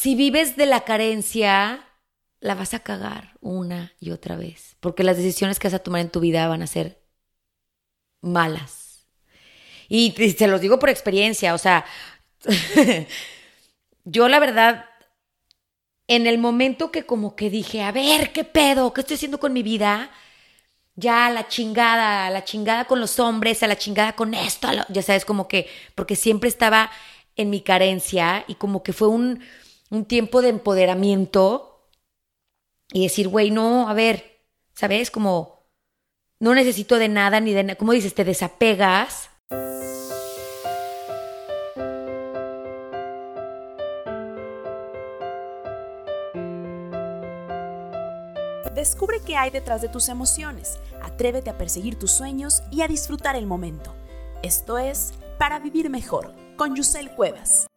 si vives de la carencia, la vas a cagar una y otra vez, porque las decisiones que vas a tomar en tu vida van a ser malas. Y se los digo por experiencia, o sea, yo la verdad, en el momento que como que dije, a ver, ¿qué pedo? ¿Qué estoy haciendo con mi vida? Ya a la chingada con los hombres, a la chingada con esto, ya sabes, como que, porque siempre estaba en mi carencia y como que fue un tiempo de empoderamiento y decir, güey, no, a ver, ¿sabes? Como no necesito de nada ni de nada, como dices, te desapegas. Descubre qué hay detrás de tus emociones, atrévete a perseguir tus sueños y a disfrutar el momento. Esto es Para Vivir Mejor, con Yusel Cuevas.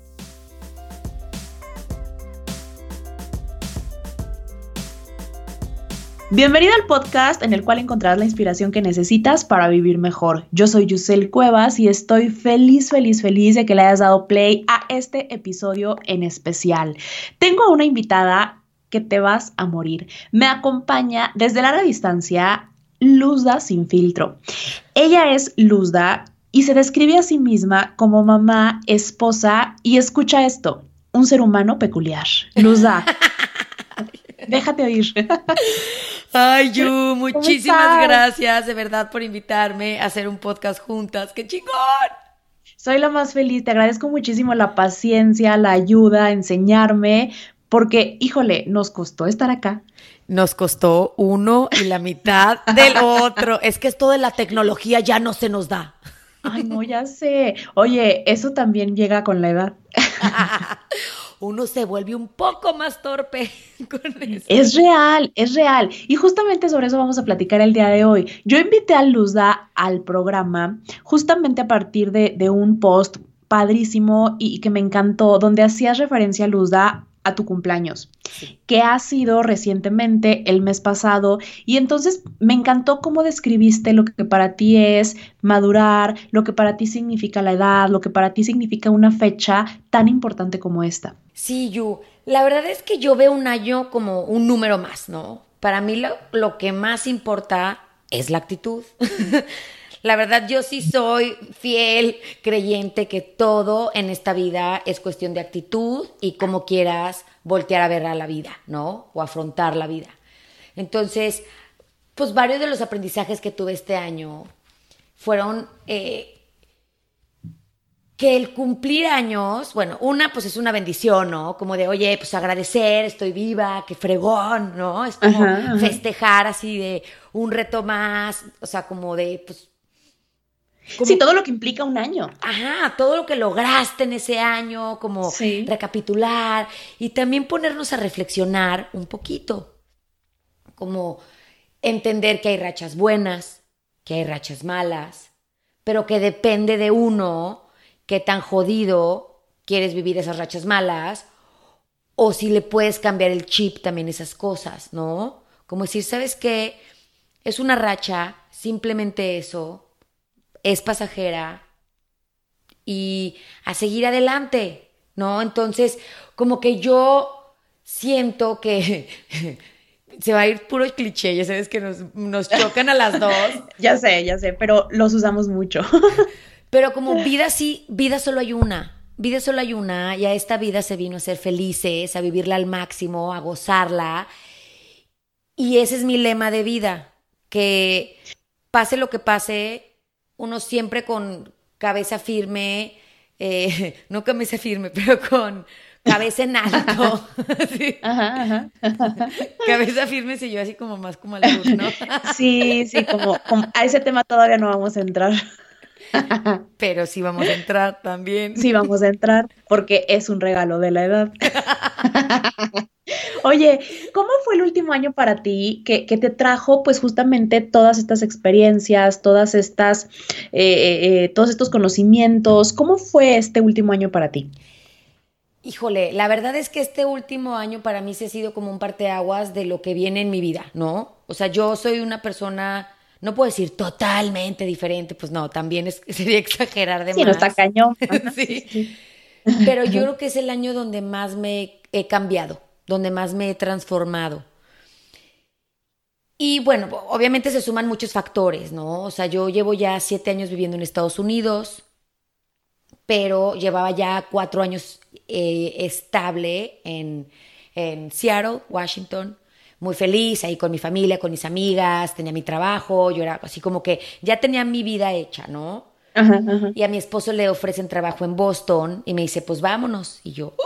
Bienvenida al podcast en el cual encontrarás la inspiración que necesitas para vivir mejor. Yo soy Yusel Cuevas y estoy feliz de que le hayas dado play a este episodio en especial. Tengo a una invitada que te vas a morir. Me acompaña desde larga distancia Luzda Sin Filtro. Ella es Luzda y se describe a sí misma como mamá, esposa y escucha esto, un ser humano peculiar. Luzda, déjate oír. Ay, Yu, muchísimas gracias de verdad por invitarme a hacer un podcast juntas. ¡Qué chingón! Soy la más feliz, te agradezco muchísimo la paciencia, la ayuda, enseñarme, porque, híjole, nos costó estar acá. Nos costó uno y la mitad del otro. Es que esto de la tecnología ya no se nos da. Ay, no, ya sé. Oye, eso también llega con la edad. Uno se vuelve un poco más torpe con eso. Es real. Y justamente sobre eso vamos a platicar el día de hoy. Yo invité a Luzda al programa justamente a partir de un post padrísimo y que me encantó, donde hacías referencia, Luzda, a tu cumpleaños, sí, que ha sido recientemente el mes pasado, y entonces me encantó cómo describiste lo que para ti es madurar, lo que para ti significa la edad, lo que para ti significa una fecha tan importante como esta. Sí, Yu, la verdad es que yo veo un año como un número más, ¿no? Para mí lo que más importa es la actitud. La verdad, yo sí soy fiel creyente que todo en esta vida es cuestión de actitud y cómo quieras voltear a ver a la vida, ¿no? O afrontar la vida. Entonces, pues varios de los aprendizajes que tuve este año fueron que el cumplir años, bueno, una pues es una bendición, ¿no? Como de, oye, pues agradecer, estoy viva, qué fregón, ¿no? Es como festejar así de un reto más, o sea, como de, pues, sí, todo lo que implica un año. Ajá, todo lo que lograste en ese año, como sí, recapitular y también ponernos a reflexionar un poquito, como entender que hay rachas buenas, que hay rachas malas, pero que depende de uno qué tan jodido quieres vivir esas rachas malas o si le puedes cambiar el chip también esas cosas, ¿no? Como decir, ¿sabes qué? Es una racha, simplemente eso, es pasajera y a seguir adelante, ¿no? Entonces, como que yo siento que se va a ir puro cliché, ya sabes que nos chocan a las dos. Ya sé, pero los usamos mucho. Pero como vida sí, vida solo hay una y a esta vida se vino a ser felices, a vivirla al máximo, a gozarla. Y ese es mi lema de vida, que pase lo que pase, uno siempre con cabeza firme, no cabeza firme, pero con cabeza en alto. Sí. Ajá. Cabeza firme, si yo así como más como al sur, ¿no? Sí, como a ese tema todavía no vamos a entrar. Pero sí vamos a entrar también. Sí vamos a entrar, porque es un regalo de la edad. Oye, ¿cómo fue el último año para ti que te trajo pues justamente todas estas experiencias, todos estos conocimientos? ¿Cómo fue este último año para ti? Híjole, la verdad es que este último año para mí se ha sido como un parteaguas de lo que viene en mi vida, ¿no? O sea, yo soy una persona, no puedo decir totalmente diferente, pues no, también sería exagerar de más. Sí, no está cañón. Sí. Pero yo creo que es el año donde más me he cambiado, donde más me he transformado. Y bueno, obviamente se suman muchos factores, ¿no? O sea, yo llevo ya 7 años viviendo en Estados Unidos, pero llevaba ya 4 años estable en Seattle, Washington, muy feliz ahí con mi familia, con mis amigas, tenía mi trabajo, yo era así como que ya tenía mi vida hecha, ¿no? Ajá, ajá. Y a mi esposo le ofrecen trabajo en Boston y me dice, pues vámonos. Y yo,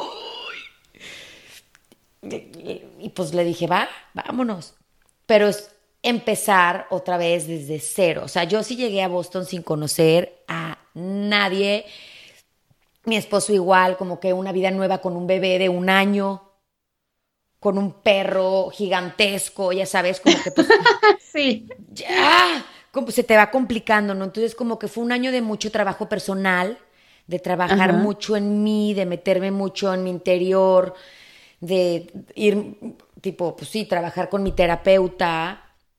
y pues le dije, vámonos. Pero es empezar otra vez desde cero. O sea, yo sí llegué a Boston sin conocer a nadie. Mi esposo igual, como que una vida nueva con un bebé de 1 año, con un perro gigantesco, ya sabes, como que pues Sí. ya, como se te va complicando, ¿no? Entonces como que fue un año de mucho trabajo personal, de trabajar Ajá. mucho en mí, de meterme mucho en mi interior, de ir, tipo, pues sí, trabajar con mi terapeuta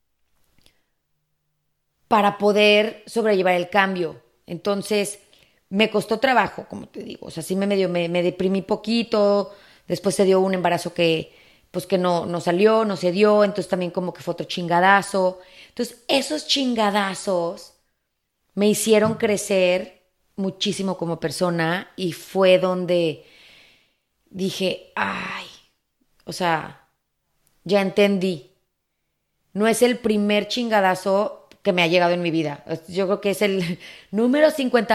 para poder sobrellevar el cambio. Entonces, me costó trabajo, como te digo. O sea, sí me deprimí poquito. Después se dio un embarazo que, pues que no salió, no se dio. Entonces también como que fue otro chingadazo. Entonces, esos chingadazos me hicieron crecer muchísimo como persona y fue donde dije, ay, o sea, ya entendí. No es el primer chingadazo que me ha llegado en mi vida. Yo creo que es el número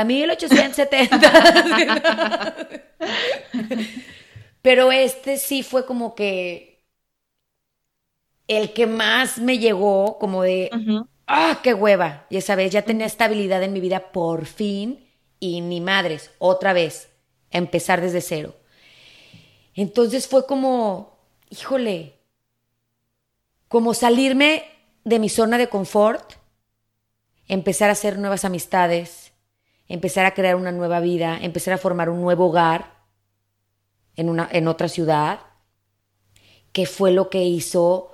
50,870. Pero este sí fue como que el que más me llegó, como de, Ujú. qué hueva. Y esa vez ya tenía Ujú. estabilidad en mi vida por fin y ni madres, otra vez, empezar desde cero. Entonces fue como, híjole, como salirme de mi zona de confort, empezar a hacer nuevas amistades, empezar a crear una nueva vida, empezar a formar un nuevo hogar en otra ciudad, que fue lo que hizo,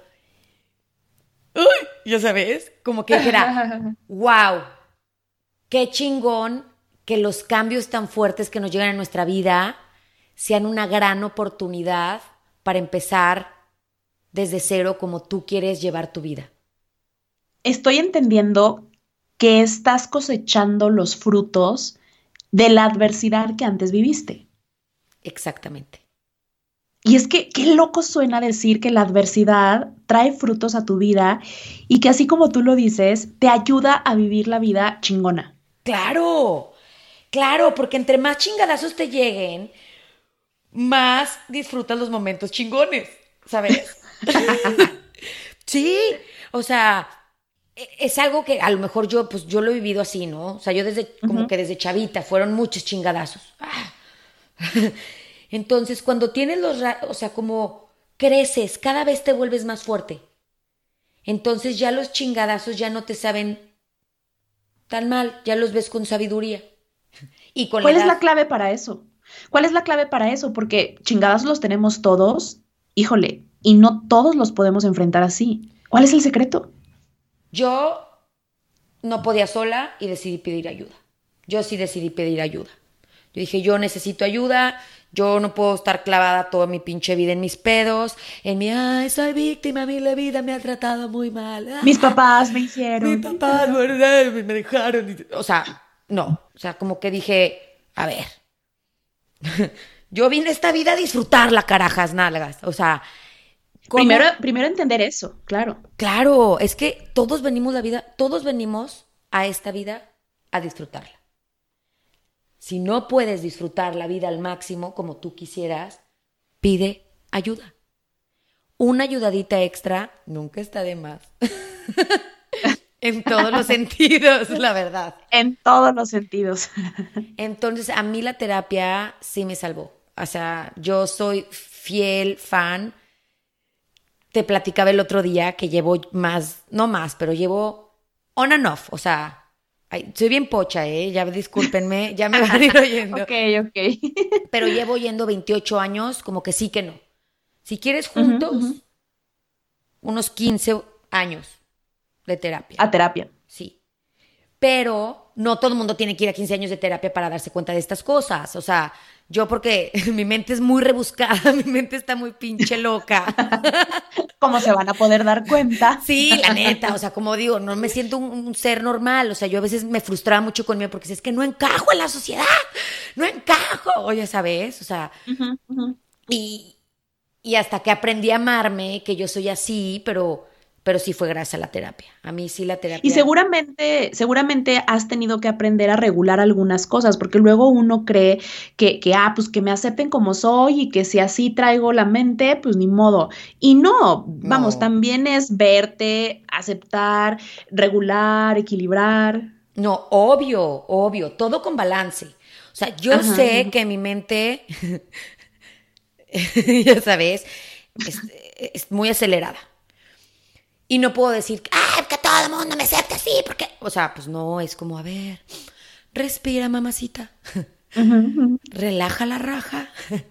ya sabes, como que dijera, wow, qué chingón que los cambios tan fuertes que nos llegan a nuestra vida sean una gran oportunidad para empezar desde cero como tú quieres llevar tu vida. Estoy entendiendo que estás cosechando los frutos de la adversidad que antes viviste. Exactamente. Y es que qué loco suena decir que la adversidad trae frutos a tu vida y que así como tú lo dices, te ayuda a vivir la vida chingona. Claro, claro, porque entre más chingadazos te lleguen, más disfrutas los momentos chingones, ¿sabes? Sí, o sea, es algo que a lo mejor yo, pues yo lo he vivido así, ¿no? O sea, yo como Ujú. que desde chavita, fueron muchos chingadazos. Entonces, cuando tienes o sea, como creces, cada vez te vuelves más fuerte. Entonces ya los chingadazos ya no te saben tan mal, ya los ves con sabiduría y con la ¿Cuál es edad. la clave para eso? ¿Cuál es la clave para eso? Porque chingadas los tenemos todos, híjole, y no todos los podemos enfrentar así. ¿Cuál es el secreto? Yo no podía sola y decidí pedir ayuda. Yo sí decidí pedir ayuda. Yo dije, yo necesito ayuda, yo no puedo estar clavada toda mi pinche vida en mis pedos, en mi, ay, soy víctima, a mí la vida me ha tratado muy mal. Mis papás me Mi hicieron. papá, ¿verdad? Me dejaron. O sea, no. O sea, como que dije, a ver, yo vine a esta vida a disfrutarla, carajas, nalgas. O sea, Primero, ¿cómo? primero entender eso, claro. Claro, es que todos venimos a esta vida a disfrutarla. Si no puedes disfrutar la vida al máximo como tú quisieras, pide ayuda. Una ayudadita extra nunca está de más. En todos los sentidos, la verdad. En todos los sentidos. Entonces, a mí la terapia sí me salvó. O sea, yo soy fiel fan. Te platicaba el otro día que llevo más, no más, pero llevo on and off. O sea, soy bien pocha, ¿eh? Ya discúlpenme, ya me van a ir oyendo. Ok, ok. Pero llevo yendo 28 años, como que sí que no. Si quieres Ujú, ujú. juntos, unos 15 años de terapia. A terapia. Sí. pero no todo el mundo tiene que ir a 15 años de terapia para darse cuenta de estas cosas. O sea, yo porque mi mente es muy rebuscada, mi mente está muy pinche loca. ¿Cómo se van a poder dar cuenta? Sí, la neta, o sea, como digo, no me siento un ser normal. O sea, yo a veces me frustraba mucho conmigo porque es que no encajo en la sociedad, no encajo. Oye, ¿sabes? O sea, y hasta que aprendí a amarme, que yo soy así, pero sí fue gracias a la terapia. A mí sí la terapia. Y seguramente has tenido que aprender a regular algunas cosas, porque luego uno cree pues que me acepten como soy y que si así traigo la mente, pues ni modo. Y no, vamos, también es verte, aceptar, regular, equilibrar. No, obvio, todo con balance. O sea, yo sé que mi mente, ya sabes, es muy acelerada. Y no puedo decir, que todo el mundo me acepte así, porque, o sea, pues no, es como, a ver, respira, mamacita. Relaja la raja.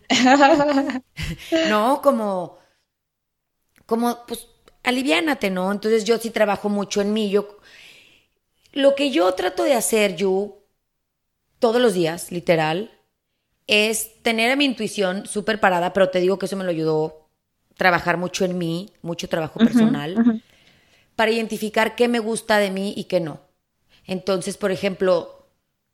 No, como, pues, aliviánate, ¿no? Entonces yo sí trabajo mucho en mí. Lo que yo trato de hacer, todos los días, literal, es tener a mi intuición súper parada, pero te digo que eso me lo ayudó trabajar mucho en mí, mucho trabajo personal, para identificar qué me gusta de mí y qué no. Entonces, por ejemplo,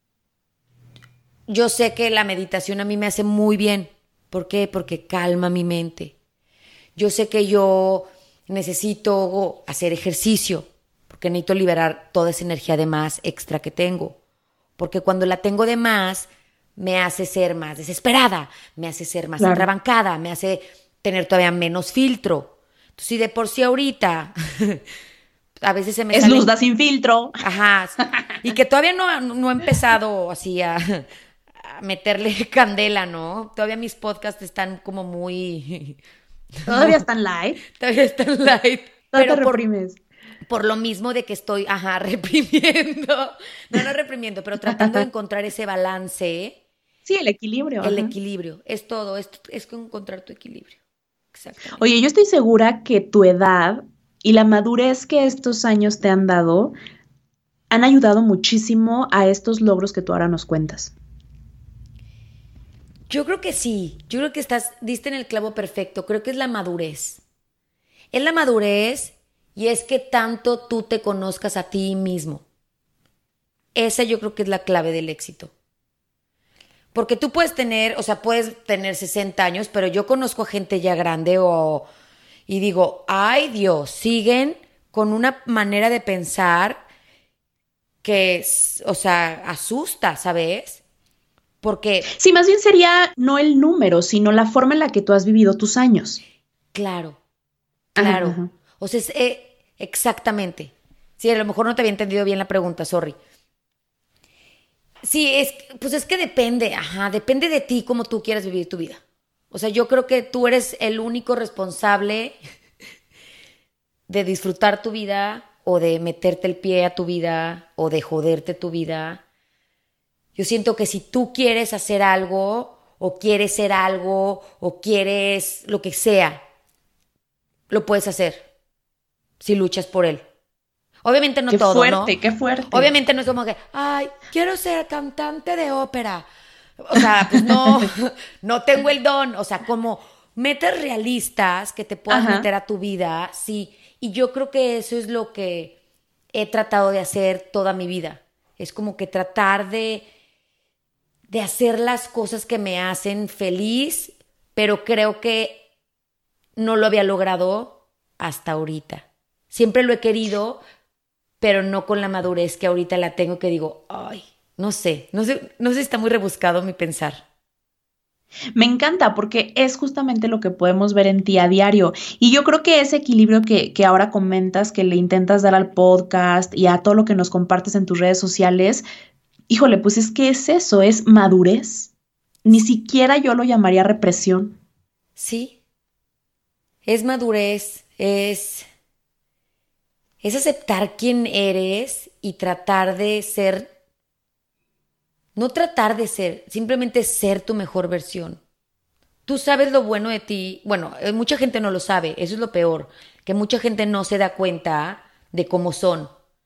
yo sé que la meditación a mí me hace muy bien. ¿Por qué? Porque calma mi mente. Yo sé que yo necesito hacer ejercicio, porque necesito liberar toda esa energía de más extra que tengo. Porque cuando la tengo de más, me hace ser más desesperada, me hace ser más atrabancada, me hace tener todavía menos filtro. Entonces, si de por sí ahorita a veces se me es luz da sin filtro. Ajá. Y que todavía no he empezado así a meterle candela, ¿no? Todavía mis podcasts están como muy... Todavía están light. Todavía están light. Pero te reprimes. Por lo mismo de que estoy, reprimiendo. No reprimiendo, pero tratando de encontrar ese balance. Sí, el equilibrio. El equilibrio. Es todo. Es encontrar tu equilibrio. Exactamente. Oye, yo estoy segura que tu edad y la madurez que estos años te han dado han ayudado muchísimo a estos logros que tú ahora nos cuentas. Yo creo que sí. Yo creo que diste en el clavo perfecto. Creo que es la madurez. Es la madurez y es que tanto tú te conozcas a ti mismo. Esa yo creo que es la clave del éxito. Porque tú puedes tener 60 años, pero yo conozco a gente ya grande y digo, ay Dios, siguen con una manera de pensar que, asusta, ¿sabes? Porque... Sí, más bien sería no el número, sino la forma en la que tú has vivido tus años. Claro. Ajá. O sea, exactamente. Sí, a lo mejor no te había entendido bien la pregunta, sorry. Sí, es que depende de ti cómo tú quieras vivir tu vida. O sea, yo creo que tú eres el único responsable de disfrutar tu vida o de meterte el pie a tu vida o de joderte tu vida. Yo siento que si tú quieres hacer algo o quieres ser algo o quieres lo que sea, lo puedes hacer si luchas por él. Obviamente no qué todo, fuerte, ¿no? Qué fuerte. Obviamente no es como que, ay, quiero ser cantante de ópera. O sea, pues no tengo el don. O sea, como metas realistas que te puedas meter a tu vida, sí. Y yo creo que eso es lo que he tratado de hacer toda mi vida. Es como que tratar de hacer las cosas que me hacen feliz, pero creo que no lo había logrado hasta ahorita. Siempre lo he querido, pero no con la madurez que ahorita la tengo, que digo, ay, no sé si está muy rebuscado mi pensar. Me encanta porque es justamente lo que podemos ver en ti a diario. Y yo creo que ese equilibrio que ahora comentas, que le intentas dar al podcast y a todo lo que nos compartes en tus redes sociales, híjole, pues es que es eso, es madurez. Ni siquiera yo lo llamaría represión. Sí, es madurez, es aceptar quién eres y tratar de ser, no tratar de ser, simplemente ser tu mejor versión. Tú sabes lo bueno de ti. Bueno, mucha gente no lo sabe, eso es lo peor, que mucha gente no se da cuenta de cómo son.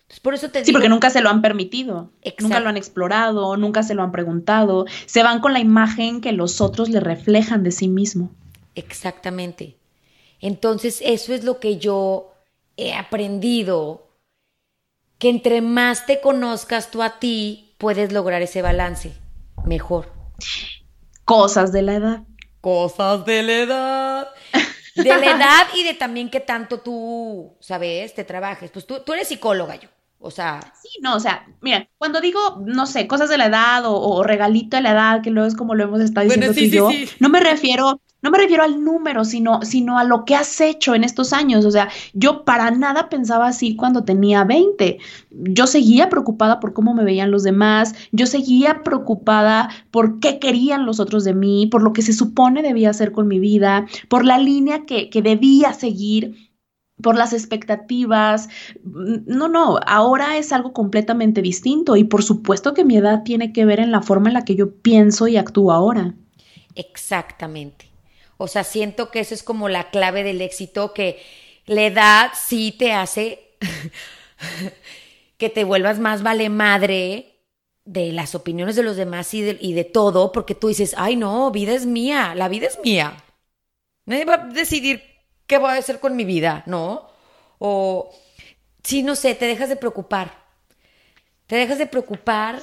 Entonces, por eso te digo. Sí, porque nunca se lo han permitido. Exacto. Nunca lo han explorado, nunca se lo han preguntado. Se van con la imagen que los otros le reflejan de sí mismo. Exactamente. Entonces, eso es lo que yo he aprendido, que entre más te conozcas tú a ti, puedes lograr ese balance mejor. Cosas de la edad. Cosas de la edad. De la edad y de también que tanto tú, ¿sabes? Te trabajes. Pues tú eres psicóloga, yo. O sea. Sí, no, o sea, mira, cuando digo, no sé, cosas de la edad o regalito de la edad, que luego es como lo hemos estado diciendo tú y yo, no me refiero al número, sino a lo que has hecho en estos años. O sea, yo para nada pensaba así cuando tenía 20. Yo seguía preocupada por cómo me veían los demás, yo seguía preocupada por qué querían los otros de mí, por lo que se supone debía hacer con mi vida, por la línea que debía seguir, por las expectativas. No, ahora es algo completamente distinto y por supuesto que mi edad tiene que ver en la forma en la que yo pienso y actúo ahora. Exactamente. O sea, siento que eso es como la clave del éxito, que la edad sí te hace que te vuelvas más vale madre de las opiniones de los demás y de todo, porque tú dices, ay no, vida es mía, la vida es mía. Nadie va a decidir qué voy a hacer con mi vida, ¿no? O, sí, no sé, te dejas de preocupar. Te dejas de preocupar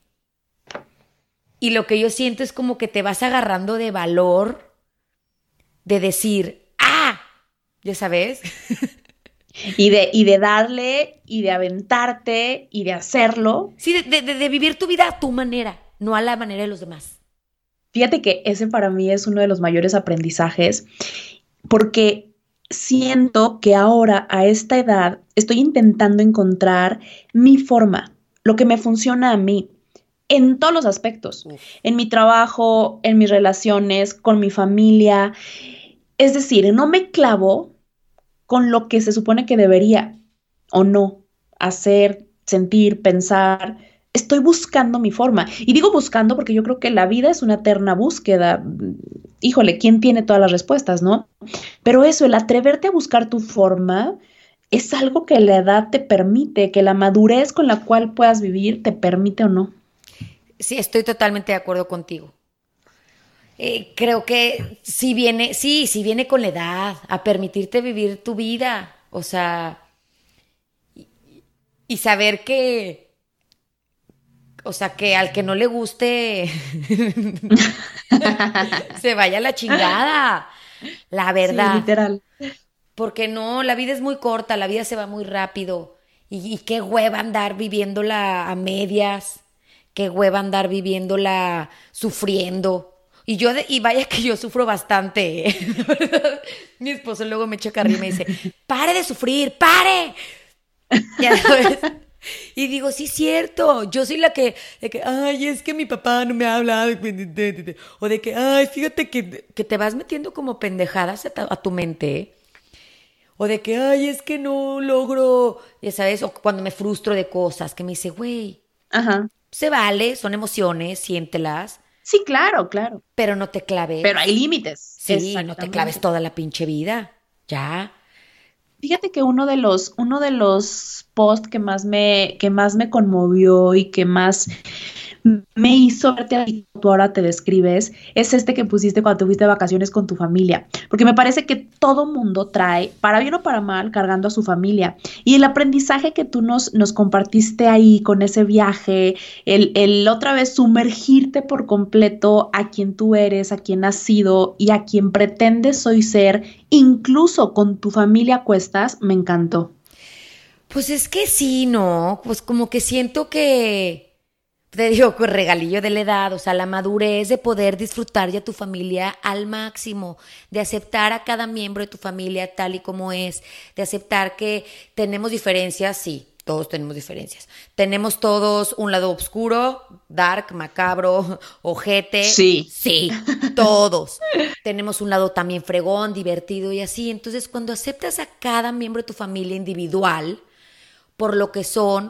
y lo que yo siento es como que te vas agarrando de valor de decir, ¡ah! ¿Ya sabes? Y de darle, y de aventarte, y de hacerlo. Sí, de vivir tu vida a tu manera, no a la manera de los demás. Fíjate que ese para mí es uno de los mayores aprendizajes, porque siento que ahora, a esta edad, estoy intentando encontrar mi forma, lo que me funciona a mí, en todos los aspectos, en mi trabajo, en mis relaciones, con mi familia. Es decir, no me clavo con lo que se supone que debería o no hacer, sentir, pensar. Estoy buscando mi forma. Y digo buscando porque yo creo que la vida es una eterna búsqueda. Híjole, ¿quién tiene todas las respuestas, no? Pero eso, el atreverte a buscar tu forma es algo que la edad te permite, que la madurez con la cual puedas vivir te permite o no. Sí, estoy totalmente de acuerdo contigo. Creo que sí viene con la edad, a permitirte vivir tu vida, o sea, y saber que, o sea, que al que no le guste se vaya a la chingada, la verdad. Sí, literal. Porque no, la vida es muy corta, la vida se va muy rápido, y qué hueva andar viviéndola a medias, qué hueva andar viviéndola sufriendo. Y vaya que yo sufro bastante, la verdad. Mi esposo luego me echa carrilla y me dice, ¡pare de sufrir, pare! Ya sabes. Y digo, sí es cierto, yo soy la de que, ay, es que mi papá no me habla, o de que, ay, fíjate que te vas metiendo como pendejadas a tu mente, o de que, ay, es que no logro, ya sabes, o cuando me frustro de cosas, que me dice, güey, se vale, son emociones, siéntelas. Sí, claro. Pero no te claves. Pero hay límites. Sí, no te claves toda la pinche vida. Ya. Fíjate que uno de los posts que más me conmovió y que más me hizo verte así como tú ahora te describes, es este que pusiste cuando te fuiste de vacaciones con tu familia, porque me parece que todo mundo trae, para bien o para mal, cargando a su familia, y el aprendizaje que tú nos compartiste ahí con ese viaje, el otra vez sumergirte por completo a quien tú eres, a quien has sido y a quien pretendes hoy ser, incluso con tu familia a cuestas, me encantó. Pues es que sí, ¿no? Pues como que siento que te digo, con regalillo de la edad, o sea, la madurez de poder disfrutar ya tu familia al máximo, de aceptar a cada miembro de tu familia tal y como es, de aceptar que tenemos diferencias, sí, todos tenemos diferencias. Tenemos todos un lado oscuro, dark, macabro, ojete. Sí. Sí, todos. Tenemos un lado también fregón, divertido y así. Entonces, cuando aceptas a cada miembro de tu familia individual por lo que son,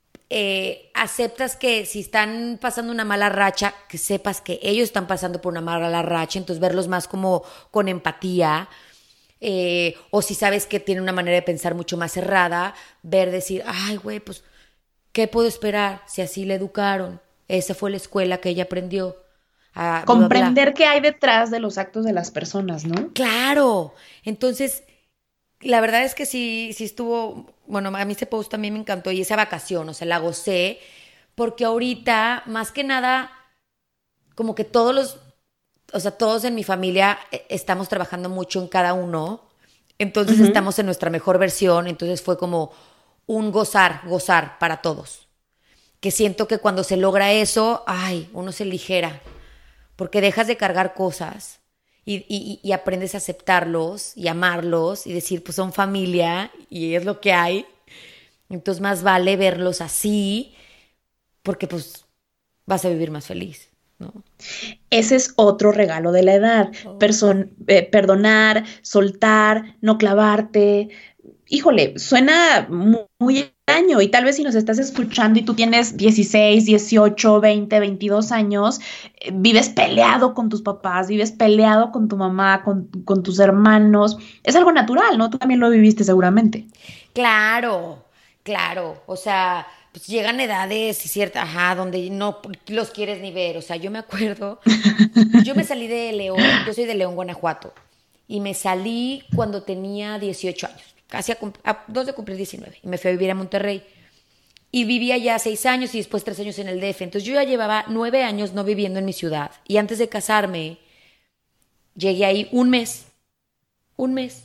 aceptas que si están pasando una mala racha, que sepas que ellos están pasando por una mala racha, entonces verlos más como con empatía, O si sabes que tiene una manera de pensar mucho más cerrada, decir, ay, güey, pues, ¿qué puedo esperar si así le educaron? Esa fue la escuela que ella aprendió. Bla, bla. Comprender qué hay detrás de los actos de las personas, ¿no? Claro. Entonces, la verdad es que sí estuvo, bueno, a mí ese post también me encantó y esa vacación, o sea, la gocé, porque ahorita, más que nada, como que o sea, todos en mi familia estamos trabajando mucho en cada uno, entonces estamos en nuestra mejor versión, entonces fue como un gozar para todos. Que siento que cuando se logra eso, ay, uno se ligera, porque dejas de cargar cosas y aprendes a aceptarlos y amarlos y decir, pues son familia y es lo que hay. Entonces más vale verlos así, porque pues vas a vivir más feliz, ¿no? Ese es otro regalo de la edad. Perdonar, soltar, no clavarte. Híjole, suena muy extraño y tal vez si nos estás escuchando y tú tienes 16, 18, 20, 22 años, vives peleado con tus papás, vives peleado con tu mamá, con tus hermanos. Es algo natural, ¿no? Tú también lo viviste seguramente. Claro, claro. O sea, pues llegan edades y cierta, donde no los quieres ni ver. O sea, yo me acuerdo, yo me salí de León, yo soy de León, Guanajuato, y me salí cuando tenía 18 años, casi a 2 de cumplir 19, y me fui a vivir a Monterrey. Y vivía ya 6 años y después 3 años en el DF. Entonces yo ya llevaba 9 años no viviendo en mi ciudad. Y antes de casarme, llegué ahí un mes.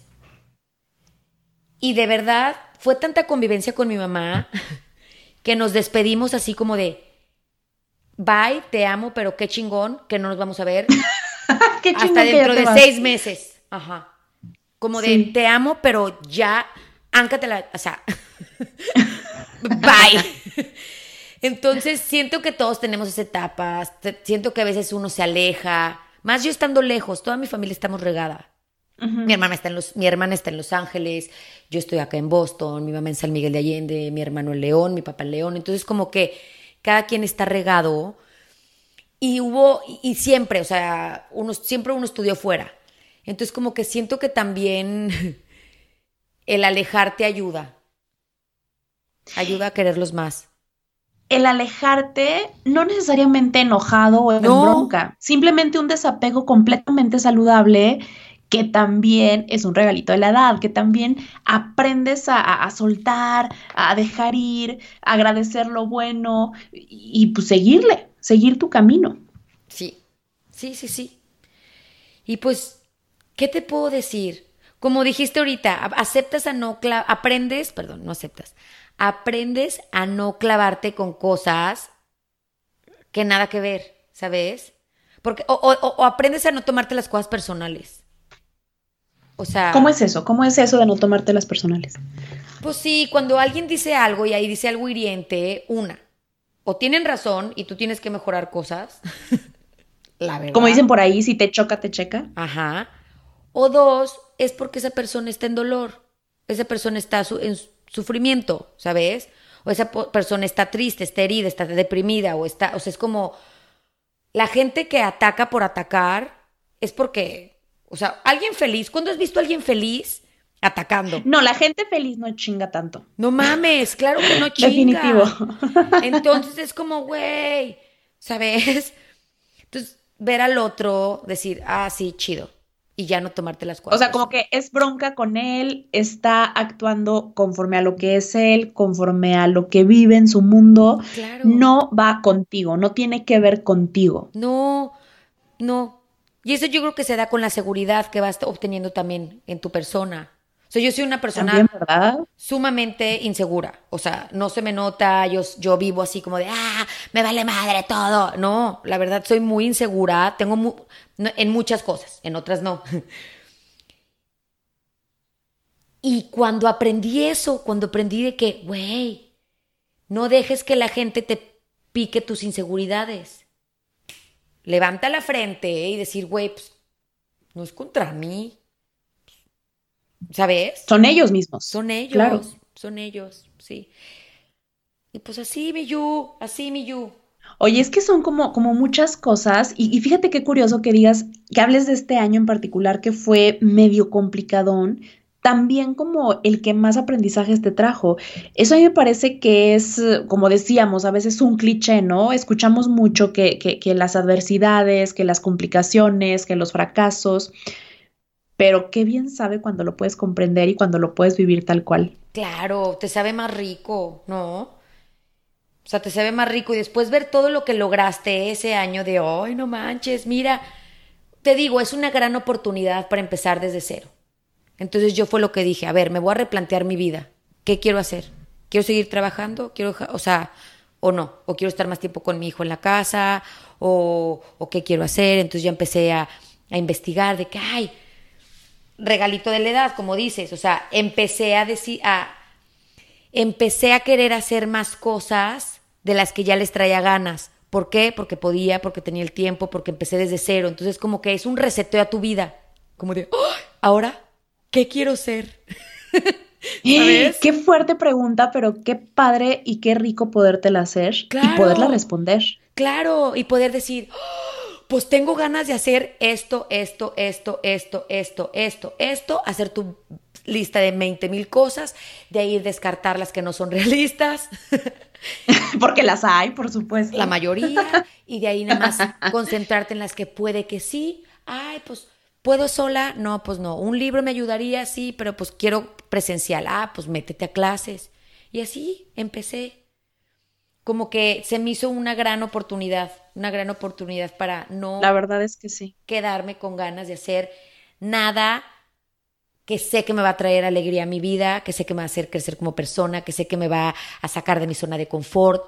Y de verdad, fue tanta convivencia con mi mamá que nos despedimos así como de, bye, te amo, pero qué chingón que no nos vamos a ver Qué hasta chingón que ya dentro te de vas. 6 meses. Ajá. Como de, Sí. te amo, pero ya, áncatela, o sea, bye. Entonces siento que todos tenemos esas etapas, siento que a veces uno se aleja, más yo estando lejos, toda mi familia estamos regada. Mi Ujú. hermana está en Los Ángeles, yo estoy acá en Boston, mi mamá en San Miguel de Allende, mi hermano en León, mi papá en León. Entonces como que cada quien está regado y siempre, o sea, siempre uno estudió fuera. Entonces como que siento que también el alejarte ayuda a quererlos más. El alejarte, no necesariamente enojado o en No, bronca, simplemente un desapego completamente saludable que también es un regalito de la edad, que también aprendes a soltar, a dejar ir, a agradecer lo bueno y pues seguir tu camino. sí, sí. Y pues, ¿qué te puedo decir? Como dijiste ahorita, aprendes, perdón, no aceptas, aprendes a no clavarte con cosas que nada que ver, ¿sabes? Porque, o aprendes a no tomarte las cosas personales. O ¿Cómo sea, es eso? ¿Cómo es eso de no tomarte las personales? pues sí, cuando alguien dice algo y ahí dice algo hiriente, o tienen razón y tú tienes que mejorar cosas, la Como verdad. dicen por ahí, si te choca, te checa. Ajá. O dos, es porque esa persona está en dolor. Esa persona está en sufrimiento, ¿sabes? O esa persona está triste, está herida, está deprimida, o sea, es como la gente que ataca por atacar es porque, o sea, alguien feliz, ¿cuándo has visto a alguien feliz atacando? No, la gente feliz no chinga tanto. No mames, claro que no Definitivo. chinga. Entonces es como, güey, ¿sabes? Entonces, ver al otro, decir, sí, chido. Y ya no tomarte las O cosas sea, como personales. que es bronca con él, está actuando conforme a lo que es él, conforme a lo que vive en su mundo, Claro. no va contigo, no tiene que ver contigo. No, no. Y eso yo creo que se da con la seguridad que vas obteniendo también en tu persona. O sea, yo soy una También, persona ¿verdad? sumamente insegura. O sea, no se me nota, yo vivo así como de, me vale madre todo. No, la verdad soy muy insegura, en muchas cosas, en otras no. Y cuando aprendí eso, cuando aprendí de que, güey, no dejes que la gente te pique tus inseguridades. Levanta la frente y decir, güey, pues no es contra mí, ¿sabes? Son ellos mismos, claro. Son ellos, sí. Y pues así, mi Yu. Oye, es que son como muchas cosas y fíjate qué curioso que digas, que hables de este año en particular que fue medio complicadón, también como el que más aprendizajes te trajo. Eso a mí me parece que es, como decíamos, a veces un cliché, ¿no? Escuchamos mucho que las adversidades, que las complicaciones, que los fracasos, pero qué bien sabe cuando lo puedes comprender y cuando lo puedes vivir tal cual. Claro, te sabe más rico, ¿no? O sea, te sabe más rico y después ver todo lo que lograste ese año de, ay, no manches, mira, te digo, es una gran oportunidad para empezar desde cero. Entonces yo fue lo que dije, a ver, me voy a replantear mi vida. ¿Qué quiero hacer? ¿Quiero seguir trabajando? O sea, o no, o quiero estar más tiempo con mi hijo en la casa, o qué quiero hacer. Entonces ya empecé a investigar de que, ay, regalito de la edad, como dices. O sea, empecé a querer hacer más cosas de las que ya les traía ganas. ¿Por qué? Porque podía, porque tenía el tiempo, porque empecé desde cero. Entonces como que es un reseteo a tu vida. Como de, ¡oh! Ahora, ¿qué quiero ser? ¿Sabes? Qué fuerte pregunta, pero qué padre y qué rico podértela hacer y poderla Claro, responder. claro. Y poder decir, "Oh, pues tengo ganas de hacer esto, hacer tu lista de 20,000 cosas, de ahí descartar las que no son realistas, Porque las hay, por la supuesto. mayoría, y de ahí nada más concentrarte en las que puede que sí. Ay, pues puedo sola, no, pues no. Un libro me ayudaría, sí, pero pues quiero presencial. Ah, pues métete a clases. Y así empecé. Como que se me hizo una gran oportunidad para La no verdad es que sí. quedarme con ganas de hacer nada que sé que me va a traer alegría a mi vida, que sé que me va a hacer crecer como persona, que sé que me va a sacar de mi zona de confort.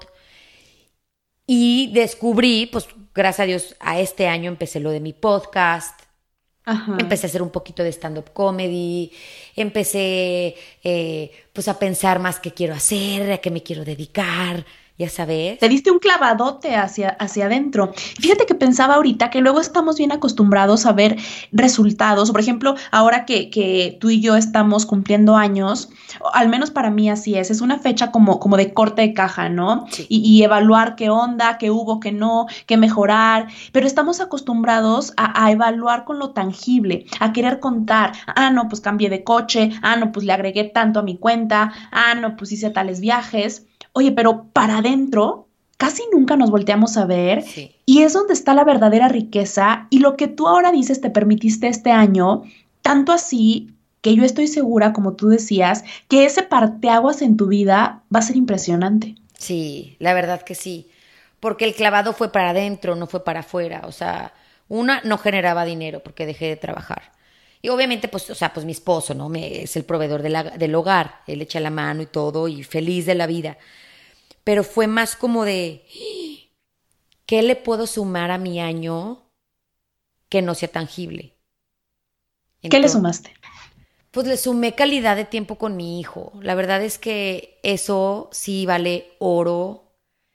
Y descubrí, pues gracias a Dios, a este año empecé lo de mi podcast, Ajá. empecé a hacer un poquito de stand-up comedy, empecé pues a pensar más qué quiero hacer, a qué me quiero dedicar, ya Te sabes. diste un clavadote hacia adentro. Fíjate que pensaba ahorita que luego estamos bien acostumbrados a ver resultados. Por ejemplo, ahora que tú y yo estamos cumpliendo años, o al menos para mí así es una fecha como de corte de caja, ¿no? Sí, Y evaluar qué onda, qué hubo, qué no, qué mejorar. Pero estamos acostumbrados a evaluar con lo tangible, a querer contar. Ah, no, pues cambié de coche. Ah, no, pues le agregué tanto a mi cuenta. Ah, no, pues hice tales viajes. Oye, pero para adentro casi nunca nos volteamos a ver sí. y es donde está la verdadera riqueza y lo que tú ahora dices te permitiste este año, tanto así que yo estoy segura, como tú decías, que ese parteaguas en tu vida va a ser impresionante. Sí, la verdad que sí. Porque el clavado fue para adentro, no fue para afuera. O sea, una no generaba dinero porque dejé de trabajar. Y obviamente, pues, o sea, pues mi esposo, ¿no? Es el proveedor del hogar. Él echa la mano y todo, y feliz de la vida. Pero fue más como de, ¿qué le puedo sumar a mi año que no sea tangible? ¿Qué le Entonces, sumaste? pues le sumé calidad de tiempo con mi hijo. La verdad es que eso sí vale oro.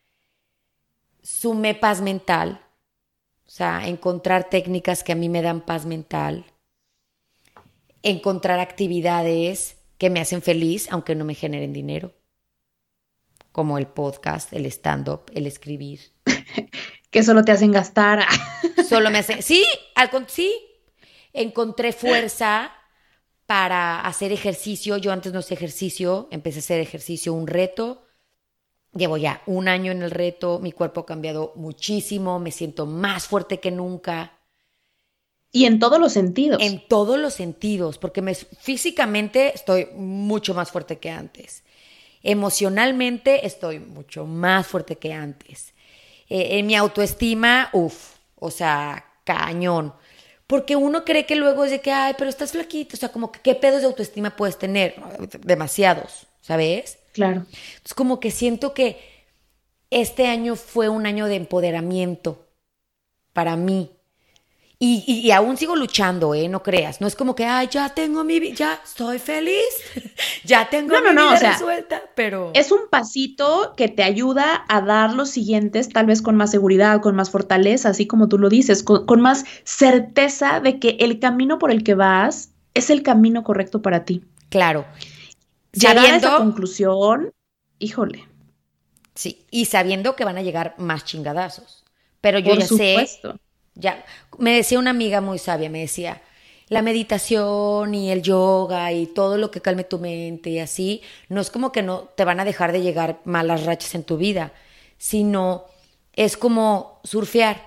Sumé paz mental. O sea, encontrar técnicas que a mí me dan paz mental, encontrar actividades que me hacen feliz, aunque no me generen dinero, como el podcast, el stand-up, el escribir. Que solo te hacen gastar. Solo me hacen, sí, encontré fuerza para hacer ejercicio. Yo antes no hacía ejercicio, empecé a hacer ejercicio, un reto. Llevo ya un año en el reto, mi cuerpo ha cambiado muchísimo, me siento más fuerte que nunca. Y en todos los sentidos. En todos los sentidos, porque físicamente estoy mucho más fuerte que antes. Emocionalmente estoy mucho más fuerte que antes. En mi autoestima, uff, o sea, cañón. Porque uno cree que luego es de que, ay, pero estás flaquito, o sea, como que qué pedos de autoestima puedes tener. Demasiados, ¿sabes? Claro. Entonces, como que siento que este año fue un año de empoderamiento para mí. Y aún sigo luchando, ¿eh? No creas. No es como que, ay, ya tengo mi vida, ya estoy feliz, ya tengo No, no, mi no, o vida sea, resuelta, pero es un pasito que te ayuda a dar los siguientes, tal vez con más seguridad, con más fortaleza, así como tú lo dices, con más certeza de que el camino por el que vas es el camino correcto para ti. claro, Llegar a esa sabiendo, conclusión, híjole, Sí, y sabiendo que van a llegar más chingadazos. Pero yo Por ya supuesto. sé, ya, me decía una amiga muy sabia, me decía, la meditación y el yoga y todo lo que calme tu mente y así, no es como que no te van a dejar de llegar malas rachas en tu vida, sino es como surfear.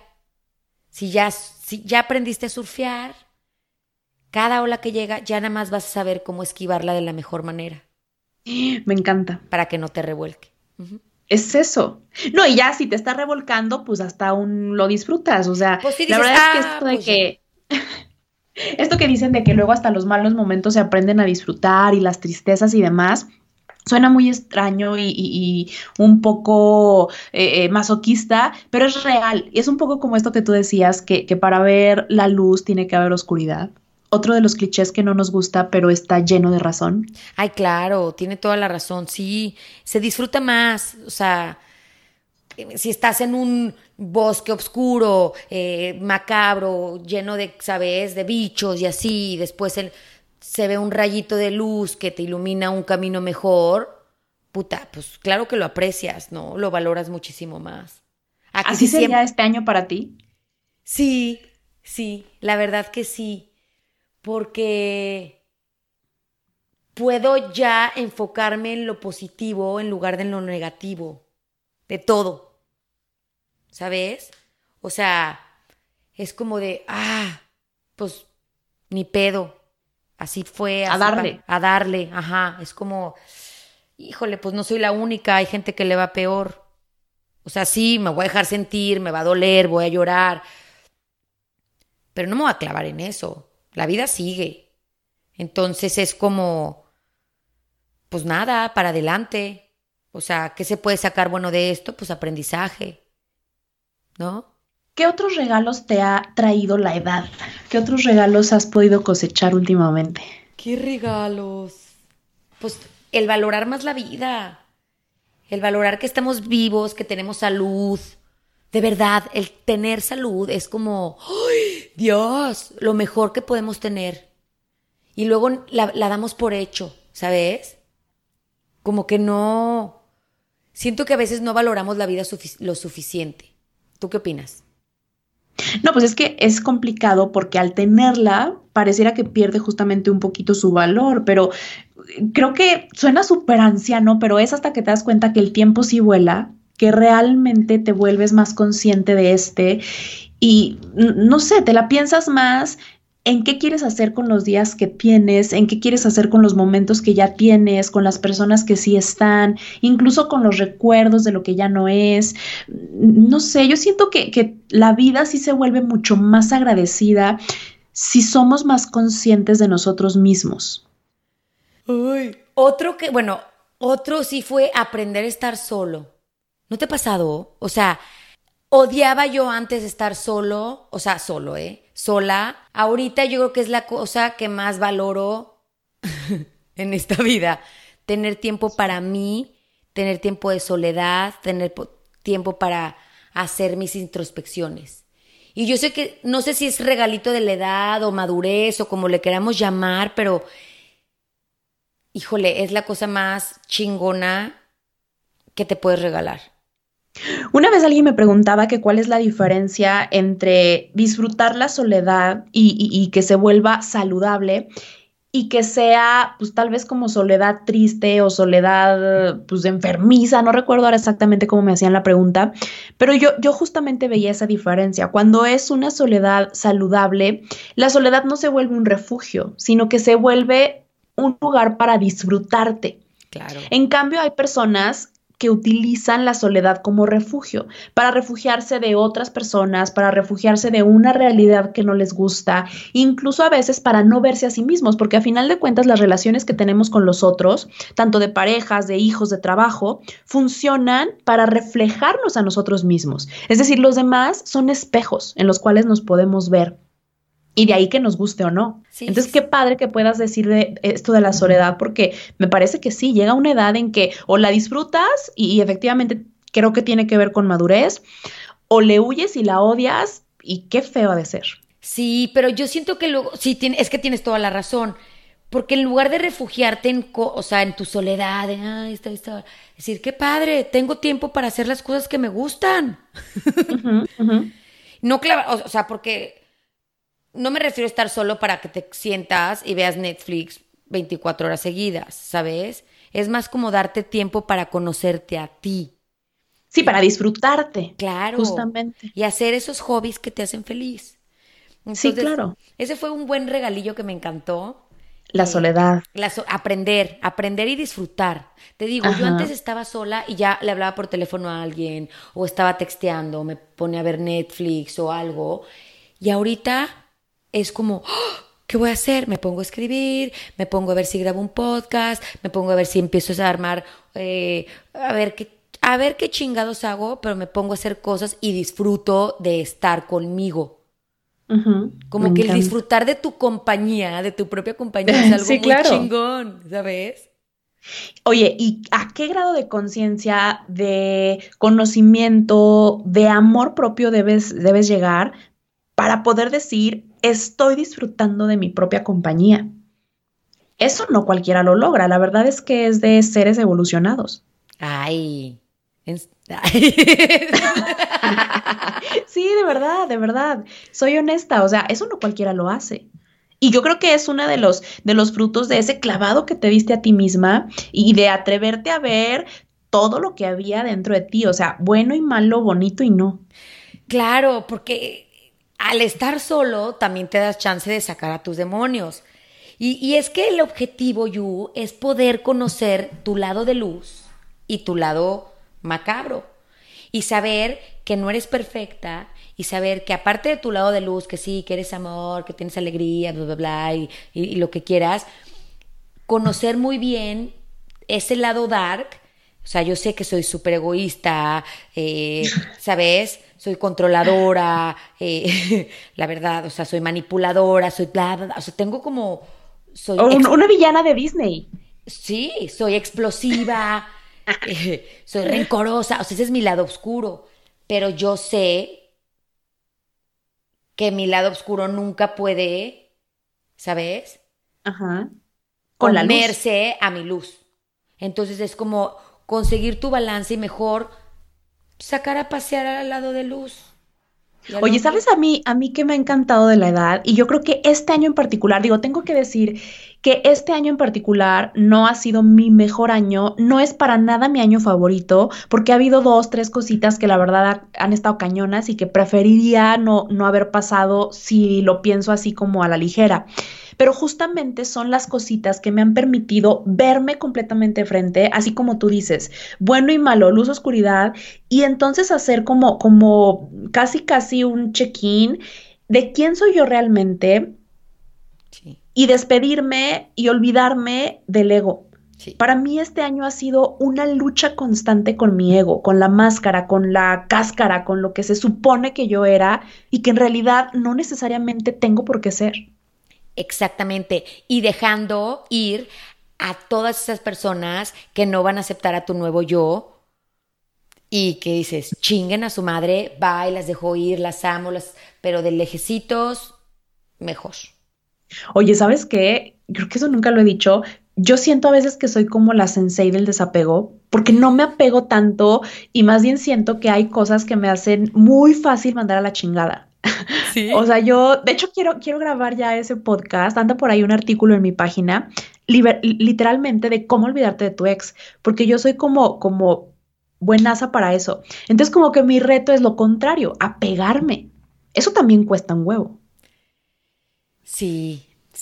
Si ya aprendiste a surfear, cada ola que llega ya nada más vas a saber cómo esquivarla de la mejor manera Me encanta. para que no te revuelque. Ujú. Es eso. No, y ya si te está revolcando, pues hasta aún lo disfrutas. O sea, Pues sí la dices, verdad es que esto de pues ya. que, esto que dicen de que luego hasta los malos momentos se aprenden a disfrutar y las tristezas y demás, suena muy extraño y un poco masoquista, pero es real. Y es un poco como esto que tú decías, que para ver la luz tiene que haber oscuridad. Otro de los clichés que no nos gusta, pero está lleno de razón. Ay, claro, tiene toda la razón, sí, se disfruta más, o sea, si estás en un bosque oscuro, macabro, lleno de, ¿sabes?, de bichos y así, y después se ve un rayito de luz que te ilumina un camino mejor, puta, pues claro que lo aprecias, ¿no? Lo valoras muchísimo más. Aquí ¿Así sí sería siempre... este año para ti? Sí, sí, la verdad que sí, porque puedo ya enfocarme en lo positivo en lugar de en lo negativo, de todo, ¿sabes? O sea, es como de, pues ni pedo, así fue, A así darle. a darle, ajá, es como, híjole, pues no soy la única, hay gente que le va peor. O sea, sí, me voy a dejar sentir, me va a doler, voy a llorar, pero no me voy a clavar en eso. La vida sigue. Entonces es como, pues nada, para adelante. O sea, ¿qué se puede sacar bueno de esto? Pues aprendizaje, ¿no? ¿Qué otros regalos te ha traído la edad? ¿Qué otros regalos has podido cosechar últimamente? ¿Qué regalos? Pues el valorar más la vida, el valorar que estamos vivos, que tenemos salud. De verdad, el tener salud es como, ¡ay, Dios! Lo mejor que podemos tener. Y luego la damos por hecho, ¿sabes? Como que no... Siento que a veces no valoramos la vida lo suficiente. ¿Tú qué opinas? No, pues es que es complicado porque al tenerla pareciera que pierde justamente un poquito su valor, pero creo que suena súper anciano, pero es hasta que te das cuenta que el tiempo sí vuela, que realmente te vuelves más consciente de y no sé, te la piensas más en qué quieres hacer con los días que tienes, en qué quieres hacer con los momentos que ya tienes, con las personas que sí están, incluso con los recuerdos de lo que ya no es. No sé, yo siento que la vida sí se vuelve mucho más agradecida si somos más conscientes de nosotros mismos. Uy. Otro sí fue aprender a estar solo. ¿No te ha pasado? O sea, odiaba yo antes estar solo, o sea, solo, sola. Ahorita yo creo que es la cosa que más valoro en esta vida. Tener tiempo para mí, tener tiempo de soledad, tener tiempo para hacer mis introspecciones. Y yo sé que, no sé si es regalito de la edad o madurez o como le queramos llamar, pero, híjole, es la cosa más chingona que te puedes regalar. Una vez alguien me preguntaba que cuál es la diferencia entre disfrutar la soledad y que se vuelva saludable y que sea pues tal vez como soledad triste o soledad pues enfermiza, no recuerdo ahora exactamente cómo me hacían la pregunta, pero yo justamente veía esa diferencia. Cuando es una soledad saludable, la soledad no se vuelve un refugio, sino que se vuelve un lugar para disfrutarte. Claro. En cambio, hay personas que utilizan la soledad como refugio, para refugiarse de otras personas, para refugiarse de una realidad que no les gusta, incluso a veces para no verse a sí mismos, porque a final de cuentas las relaciones que tenemos con los otros, tanto de parejas, de hijos, de trabajo, funcionan para reflejarnos a nosotros mismos. Es decir, los demás son espejos en los cuales nos podemos ver. Y de ahí que nos guste o no. Sí, Entonces, sí, qué padre que puedas decir de esto de la soledad, porque me parece que sí, llega una edad en que o la disfrutas y efectivamente creo que tiene que ver con madurez, o le huyes y la odias y qué feo ha de ser. sí, pero yo siento que luego, sí, es que tienes toda la razón, Porque en lugar de refugiarte o sea, en tu soledad, de, ay, decir, qué padre, tengo tiempo para hacer las cosas que me gustan. No, claro, o sea, porque no me refiero a estar solo para que te sientas y veas Netflix 24 horas seguidas, ¿sabes? Es más como darte tiempo para conocerte a ti. Sí, para disfrutarte. Claro. Justamente. Y hacer esos hobbies que te hacen feliz. Entonces, sí, claro. Ese fue un buen regalillo que me encantó. La soledad. Aprender y disfrutar. Te digo, yo antes estaba sola y ya le hablaba por teléfono a alguien o estaba texteando, me ponía a ver Netflix o algo. Y ahorita es como, ¡oh! ¿Qué voy a hacer? Me pongo a escribir, me pongo a ver si grabo un podcast, me pongo a ver si empiezo a armar, a ver qué chingados hago, pero me pongo a hacer cosas y disfruto de estar conmigo. Como que el disfrutar de tu compañía, de tu propia compañía, es algo muy chingón, ¿sabes? Oye, ¿y a qué grado de conciencia, de conocimiento, de amor propio debes llegar para poder decir, estoy disfrutando de mi propia compañía? Eso no cualquiera lo logra, la verdad es que es de seres evolucionados. Ay. Sí, de verdad, soy honesta, o sea, eso no cualquiera lo hace. Y yo creo que es uno de los frutos de ese clavado que te diste a ti misma y de atreverte a ver todo lo que había dentro de ti, o sea, bueno y malo, bonito y no. Claro, porque al estar solo también te das chance de sacar a tus demonios. Y es que el objetivo, Yu, es poder conocer tu lado de luz y tu lado macabro. Y saber que no eres perfecta y saber que aparte de tu lado de luz, que sí, que eres amor, que tienes alegría, bla, bla, bla, y lo que quieras, conocer muy bien ese lado dark. O sea, yo sé que soy súper egoísta, ¿sabes? Soy controladora, la verdad, o sea, soy manipuladora, soy bla, bla, bla, o sea, tengo como... Una villana de Disney. Sí, soy explosiva, soy rencorosa, o sea, ese es mi lado oscuro, pero yo sé que mi lado oscuro nunca puede, ¿sabes? Ajá. Con comerse a mi luz. Entonces es como conseguir tu balance y mejor sacar a pasear al lado de luz. Oye, ¿sabes a mí qué me ha encantado de la edad? Y yo creo que este año en particular, digo, tengo que decir que este año en particular no ha sido mi mejor año, no es para nada mi año favorito, porque ha habido 2, 3 cositas que la verdad han estado cañonas y que preferiría no haber pasado si lo pienso así como a la ligera. Pero justamente son las cositas que me han permitido verme completamente de frente, así como tú dices, bueno y malo, luz, oscuridad, y entonces hacer como casi un check-in de quién soy yo realmente y despedirme y olvidarme del ego. Sí. Para mí este año ha sido una lucha constante con mi ego, con la máscara, con la cáscara, con lo que se supone que yo era y que en realidad no necesariamente tengo por qué ser. Exactamente, y dejando ir a todas esas personas que no van a aceptar a tu nuevo yo y que dices, chinguen a su madre, va y las dejo ir, las amo, pero de lejecitos, mejor. Oye, ¿sabes qué? Creo que eso nunca lo he dicho. Yo siento a veces que soy como la sensei del desapego, porque no me apego tanto y más bien siento que hay cosas que me hacen muy fácil mandar a la chingada. ¿Sí? O sea, yo, de hecho, quiero grabar ya ese podcast. Anda por ahí un artículo en mi página, literalmente de cómo olvidarte de tu ex, porque yo soy como buenaza para eso. Entonces, como que mi reto es lo contrario, apegarme. Eso también cuesta un huevo. Sí.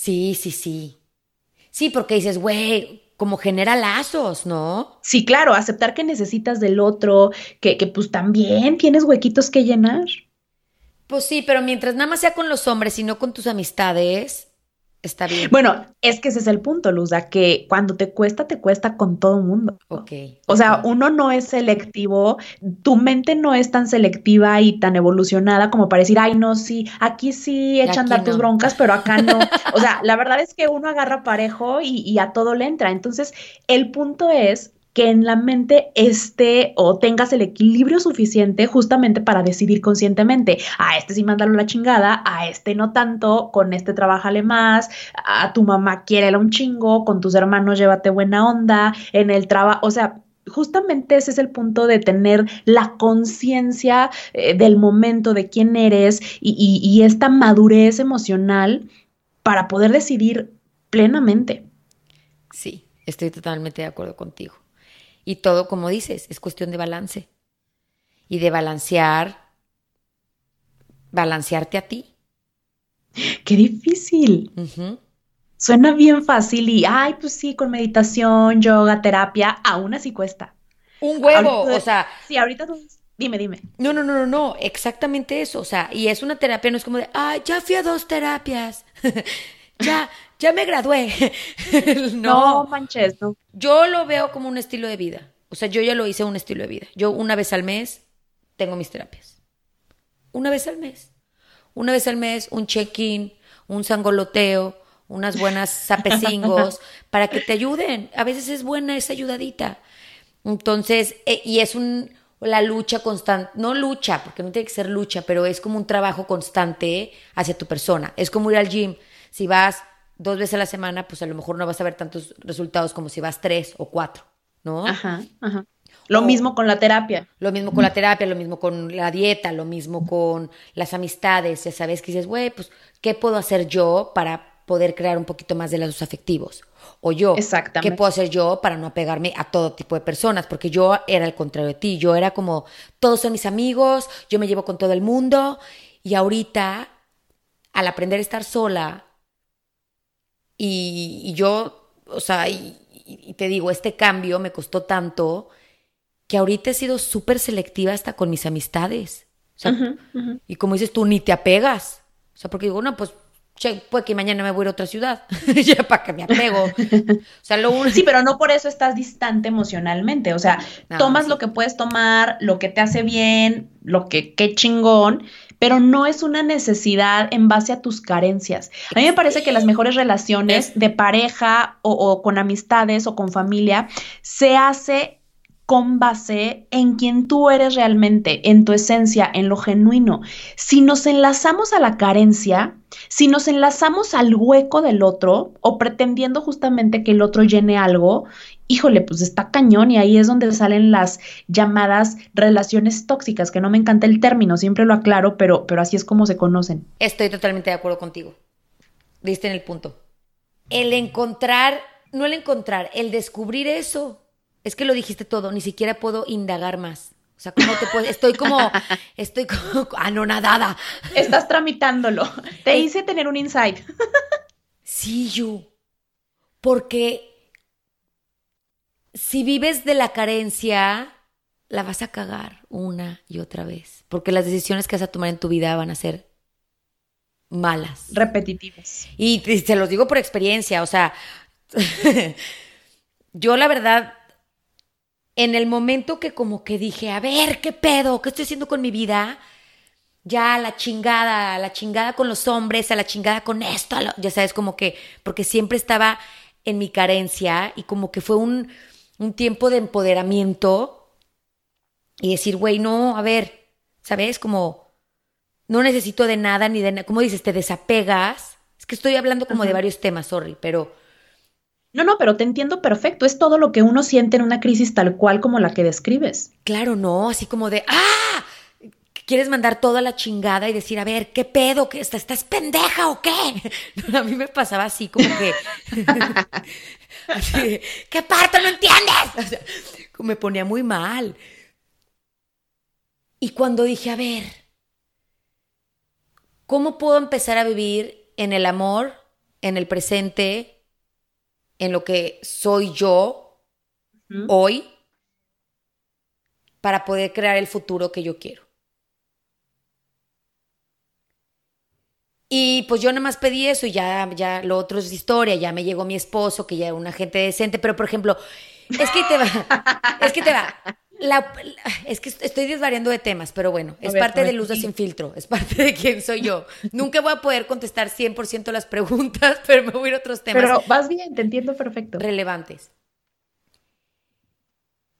Sí, porque dices, güey, como genera lazos, ¿no? Sí, claro, aceptar que necesitas del otro, que pues también tienes huequitos que llenar. Pues sí, pero mientras nada más sea con los hombres y no con tus amistades, está bien. Bueno, es que ese es el punto, Luzda, que cuando te cuesta con todo el mundo. Okay. O sea, uno no es selectivo, tu mente no es tan selectiva y tan evolucionada como para decir, ay, no, sí, aquí sí echan a andar tus broncas, pero acá no. O sea, la verdad es que uno agarra parejo y a todo le entra. Entonces, el punto es que en la mente esté o tengas el equilibrio suficiente justamente para decidir conscientemente, a este sí mándalo a la chingada, a este no tanto, con este trabájale más, a tu mamá quiérela un chingo, con tus hermanos llévate buena onda, en el trabajo, o sea, justamente ese es el punto de tener la conciencia del momento, de quién eres y esta madurez emocional para poder decidir plenamente. Sí, estoy totalmente de acuerdo contigo. Y todo, como dices, es cuestión de balance. Y de balancearte a ti. ¡Qué difícil! Uh-huh. Suena bien fácil y, ay, pues sí, con meditación, yoga, terapia, aún así cuesta. Un huevo, Ahorita, o sea... sí, ahorita tú, dime. No, exactamente eso. O sea, y es una terapia, no es como de, ay, ya fui a 2 terapias. ya me gradué. No manches, no. Yo lo veo como un estilo de vida. O sea, yo ya lo hice un estilo de vida. Yo una vez al mes tengo mis terapias. Una vez al mes. Una vez al mes, un check-in, un sangoloteo, unas buenas zapecingos para que te ayuden. A veces es buena esa ayudadita. Entonces, y es la lucha constante, no lucha, porque no tiene que ser lucha, pero es como un trabajo constante hacia tu persona. Es como ir al gym. Si vas 2 veces a la semana, pues a lo mejor no vas a ver tantos resultados como si vas 3 o 4, ¿no? Ajá. Lo mismo con la terapia. Lo mismo con la terapia, lo mismo con la dieta, lo mismo con las amistades. Ya sabes que dices, güey, pues, ¿qué puedo hacer yo para poder crear un poquito más de lazos afectivos? O yo, ¿qué puedo hacer yo para no apegarme a todo tipo de personas? Porque yo era el contrario de ti. Yo era como, todos son mis amigos, yo me llevo con todo el mundo. Y ahorita, al aprender a estar sola, y yo, o sea, y te digo, este cambio me costó tanto que ahorita he sido súper selectiva hasta con mis amistades. O sea, y como dices tú, ni te apegas. O sea, porque digo, no, pues, che, puede que mañana me voy a ir a otra ciudad. Ya para que me apego. O sea, Sí, pero no por eso estás distante emocionalmente. O sea, tomas lo que puedes tomar, lo que te hace bien, qué chingón, pero no es una necesidad en base a tus carencias. A mí me parece que las mejores relaciones de pareja o con amistades o con familia se hace con base en quien tú eres realmente, en tu esencia, en lo genuino. Si nos enlazamos a la carencia, si nos enlazamos al hueco del otro o pretendiendo justamente que el otro llene algo, híjole, pues está cañón y ahí es donde salen las llamadas relaciones tóxicas, que no me encanta el término, siempre lo aclaro, pero así es como se conocen. Estoy totalmente de acuerdo contigo. Diste en el punto. El descubrir eso. Es que lo dijiste todo, ni siquiera puedo indagar más. O sea, ¿cómo te puedes? Estoy como anonadada. Estás tramitándolo. Te hice tener un insight. Sí, porque si vives de la carencia, la vas a cagar una y otra vez. Porque las decisiones que vas a tomar en tu vida van a ser malas. Repetitivas. Y te los digo por experiencia, o sea, yo la verdad, en el momento que como que dije, a ver, ¿qué pedo? ¿Qué estoy haciendo con mi vida? Ya a la chingada con los hombres, a la chingada con esto, ya sabes, como que, porque siempre estaba en mi carencia y como que fue un tiempo de empoderamiento y decir, güey, no, a ver, ¿sabes? Como no necesito de nada ni de nada, como dices, te desapegas. Es que estoy hablando como de varios temas, sorry, pero... No, pero te entiendo perfecto. Es todo lo que uno siente en una crisis tal cual como la que describes. Claro, no, así como de, ¡ah! ¿Quieres mandar toda la chingada y decir, a ver, qué pedo? ¿Estás pendeja o qué? A mí me pasaba así como que... así, ¿qué parte no entiendes? O sea, me ponía muy mal. Y cuando dije, a ver, ¿cómo puedo empezar a vivir en el amor, en el presente, en lo que soy yo hoy, para poder crear el futuro que yo quiero? Y pues yo nada más pedí eso y ya lo otro es historia. Ya me llegó mi esposo, que ya era una gente decente, pero por ejemplo, es que estoy desvariando de temas, pero bueno, es parte de Luz Sin Filtro, es parte de quién soy yo. Nunca voy a poder contestar 100% las preguntas, pero me voy a ir a otros temas. Pero vas bien, te entiendo perfecto. Relevantes.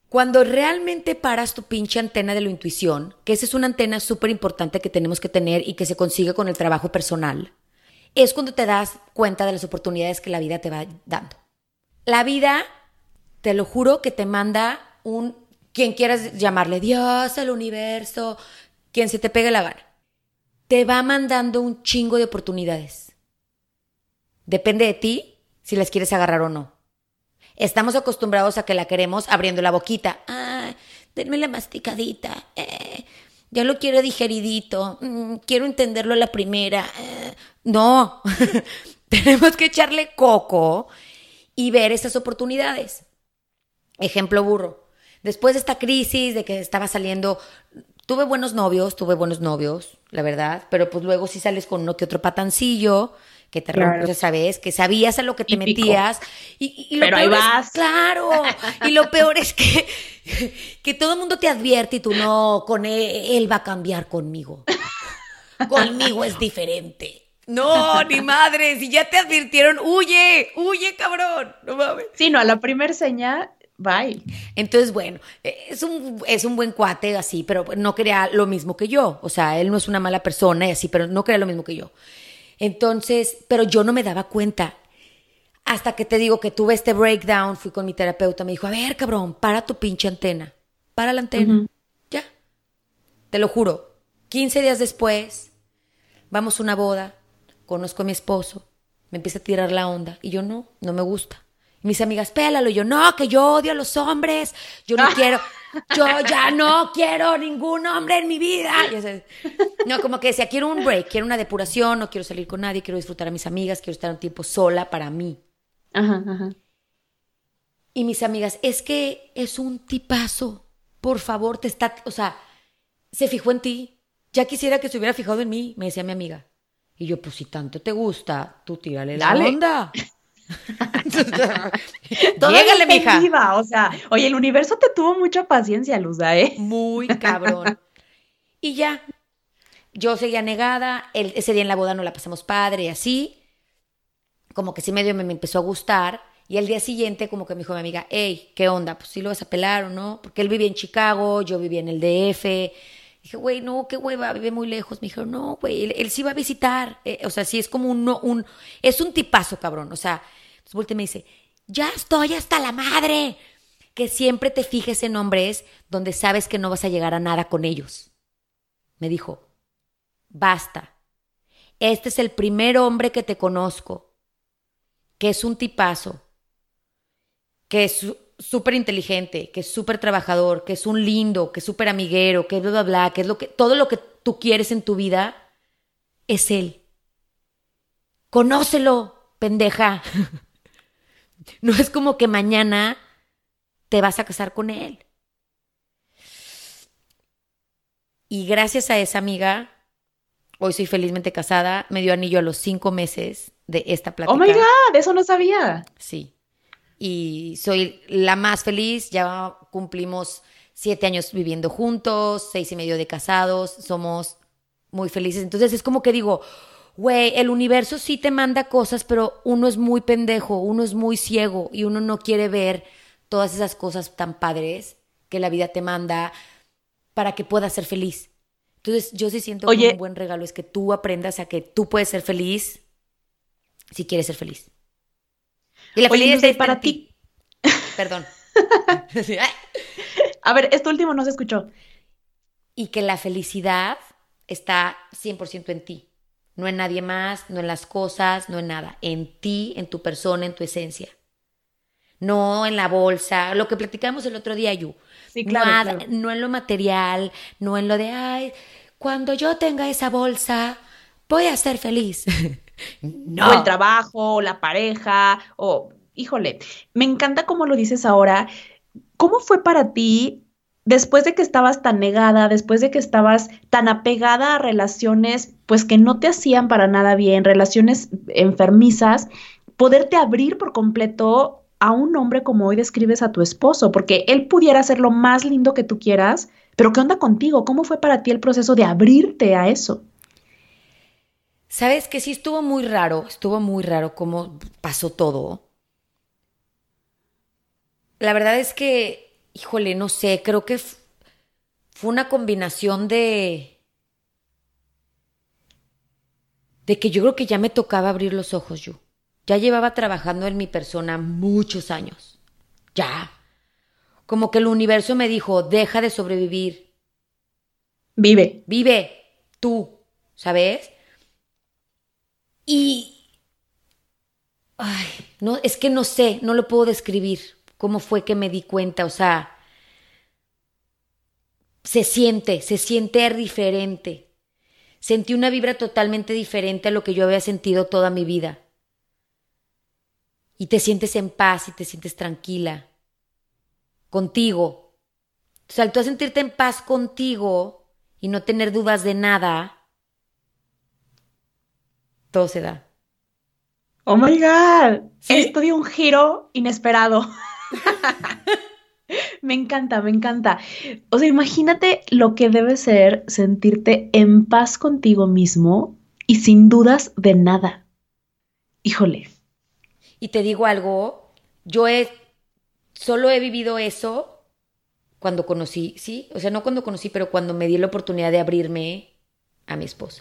Cuando realmente paras tu pinche antena de la intuición, que esa es una antena súper importante que tenemos que tener y que se consigue con el trabajo personal, es cuando te das cuenta de las oportunidades que la vida te va dando. La vida, te lo juro, que te manda quien quieras llamarle, Dios, el universo, quien se te pegue la gana. Te va mandando un chingo de oportunidades. Depende de ti si las quieres agarrar o no. Estamos acostumbrados a que la queremos abriendo la boquita. Denme la masticadita. Ya lo quiero digeridito. Quiero entenderlo a la primera. No, tenemos que echarle coco y ver esas oportunidades. Ejemplo burro. Después de esta crisis de que estaba saliendo, tuve buenos novios, la verdad, pero pues luego sí sales con uno que otro patancillo, que te rompes, ya sabes, que sabías a lo que te metías. Y lo pero peor ahí vas. Claro, y lo peor es que todo el mundo te advierte y tú no, con él va a cambiar conmigo. Conmigo es diferente. No, ni madre, si ya te advirtieron, huye, cabrón, no mames. Sí, no, a la primer señal, bye. Entonces, bueno, es un buen cuate así, pero no quería lo mismo que yo. O sea, él no es una mala persona y así, pero no quería lo mismo que yo. Entonces, pero yo no me daba cuenta. Hasta que te digo que tuve este breakdown, fui con mi terapeuta, me dijo, a ver, cabrón, para tu pinche antena. Para la antena. Ya. Te lo juro. 15 días después, vamos a una boda, conozco a mi esposo, me empieza a tirar la onda y yo no me gusta. Y mis amigas, pélalo. Y yo, no, que yo odio a los hombres, yo no quiero, yo ya no quiero ningún hombre en mi vida. No, como que decía, quiero un break, quiero una depuración, no quiero salir con nadie, quiero disfrutar a mis amigas, quiero estar un tiempo sola para mí. Ajá. Y mis amigas, es que es un tipazo, por favor, o sea, se fijó en ti, ya quisiera que se hubiera fijado en mí, me decía mi amiga. Y yo, pues si tanto te gusta, tú tírale la onda. Llégale, mija. Viva, o sea, oye, el universo te tuvo mucha paciencia, Luzda, ¿eh? Muy cabrón. Y ya, yo seguía negada, ese día en la boda no la pasamos padre y así, como que sí medio me empezó a gustar, y al día siguiente como que me dijo mi amiga, hey, ¿qué onda? Pues sí lo vas a pelar o no, porque él vivía en Chicago, yo vivía en el DF. Dije, güey, no, qué hueva, vive muy lejos. Me dijeron, no, güey, él sí va a visitar. O sea, sí es como es un tipazo, cabrón. O sea, pues voltea y me dice, ya estoy hasta la madre. Que siempre te fijes en hombres donde sabes que no vas a llegar a nada con ellos. Me dijo, basta. Este es el primer hombre que te conozco, que es un tipazo, que es súper inteligente, que es súper trabajador, que es un lindo, que es súper amiguero, que bla, bla, bla, que es todo lo que tú quieres en tu vida es él. Conócelo, pendeja. No es como que mañana te vas a casar con él. Y gracias a esa amiga, hoy soy felizmente casada, me dio anillo a los 5 meses de esta plática. ¡Oh, my God! Eso no sabía. Sí. Y soy la más feliz, ya cumplimos 7 años viviendo juntos, 6 y medio de casados, somos muy felices. Entonces es como que digo, güey, el universo sí te manda cosas, pero uno es muy pendejo, uno es muy ciego y uno no quiere ver todas esas cosas tan padres que la vida te manda para que puedas ser feliz. Entonces yo sí siento que un buen regalo es que tú aprendas a que tú puedes ser feliz si quieres ser feliz. Y la felicidad es para ti. Perdón. A ver, esto último no se escuchó. Y que la felicidad está 100% en ti. No en nadie más, no en las cosas, no en nada. En ti, en tu persona, en tu esencia. No en la bolsa. Lo que platicamos el otro día, Yu. Sí, claro. No en lo material, no en lo de, ay, cuando yo tenga esa bolsa, voy a ser feliz. No. O el trabajo, o la pareja, o, híjole, me encanta cómo lo dices ahora. ¿Cómo fue para ti, después de que estabas tan negada, después de que estabas tan apegada a relaciones, pues que no te hacían para nada bien, relaciones enfermizas, poderte abrir por completo a un hombre como hoy describes a tu esposo? Porque él pudiera ser lo más lindo que tú quieras, pero ¿qué onda contigo? ¿Cómo fue para ti el proceso de abrirte a eso? ¿Sabes que sí estuvo muy raro cómo pasó todo? La verdad es que híjole, no sé, creo que fue una combinación de que yo creo que ya me tocaba abrir los ojos, yo. Ya llevaba trabajando en mi persona muchos años. Ya. Como que el universo me dijo, deja de sobrevivir. Vive. Vive tú, ¿sabes? Y... Ay, no, es que no sé, no lo puedo describir cómo fue que me di cuenta, o sea, se siente diferente. Sentí una vibra totalmente diferente a lo que yo había sentido toda mi vida. Y te sientes en paz y te sientes tranquila. Contigo. O sea, al tú sentirte en paz contigo y no tener dudas de nada, todo se da. Oh my God. ¿Sí? Esto dio un giro inesperado. Me encanta, me encanta. O sea, imagínate lo que debe ser sentirte en paz contigo mismo y sin dudas de nada. Híjole. Y te digo algo, solo he vivido eso cuando conocí, ¿sí? O sea, no cuando conocí, pero cuando me di la oportunidad de abrirme a mi esposo.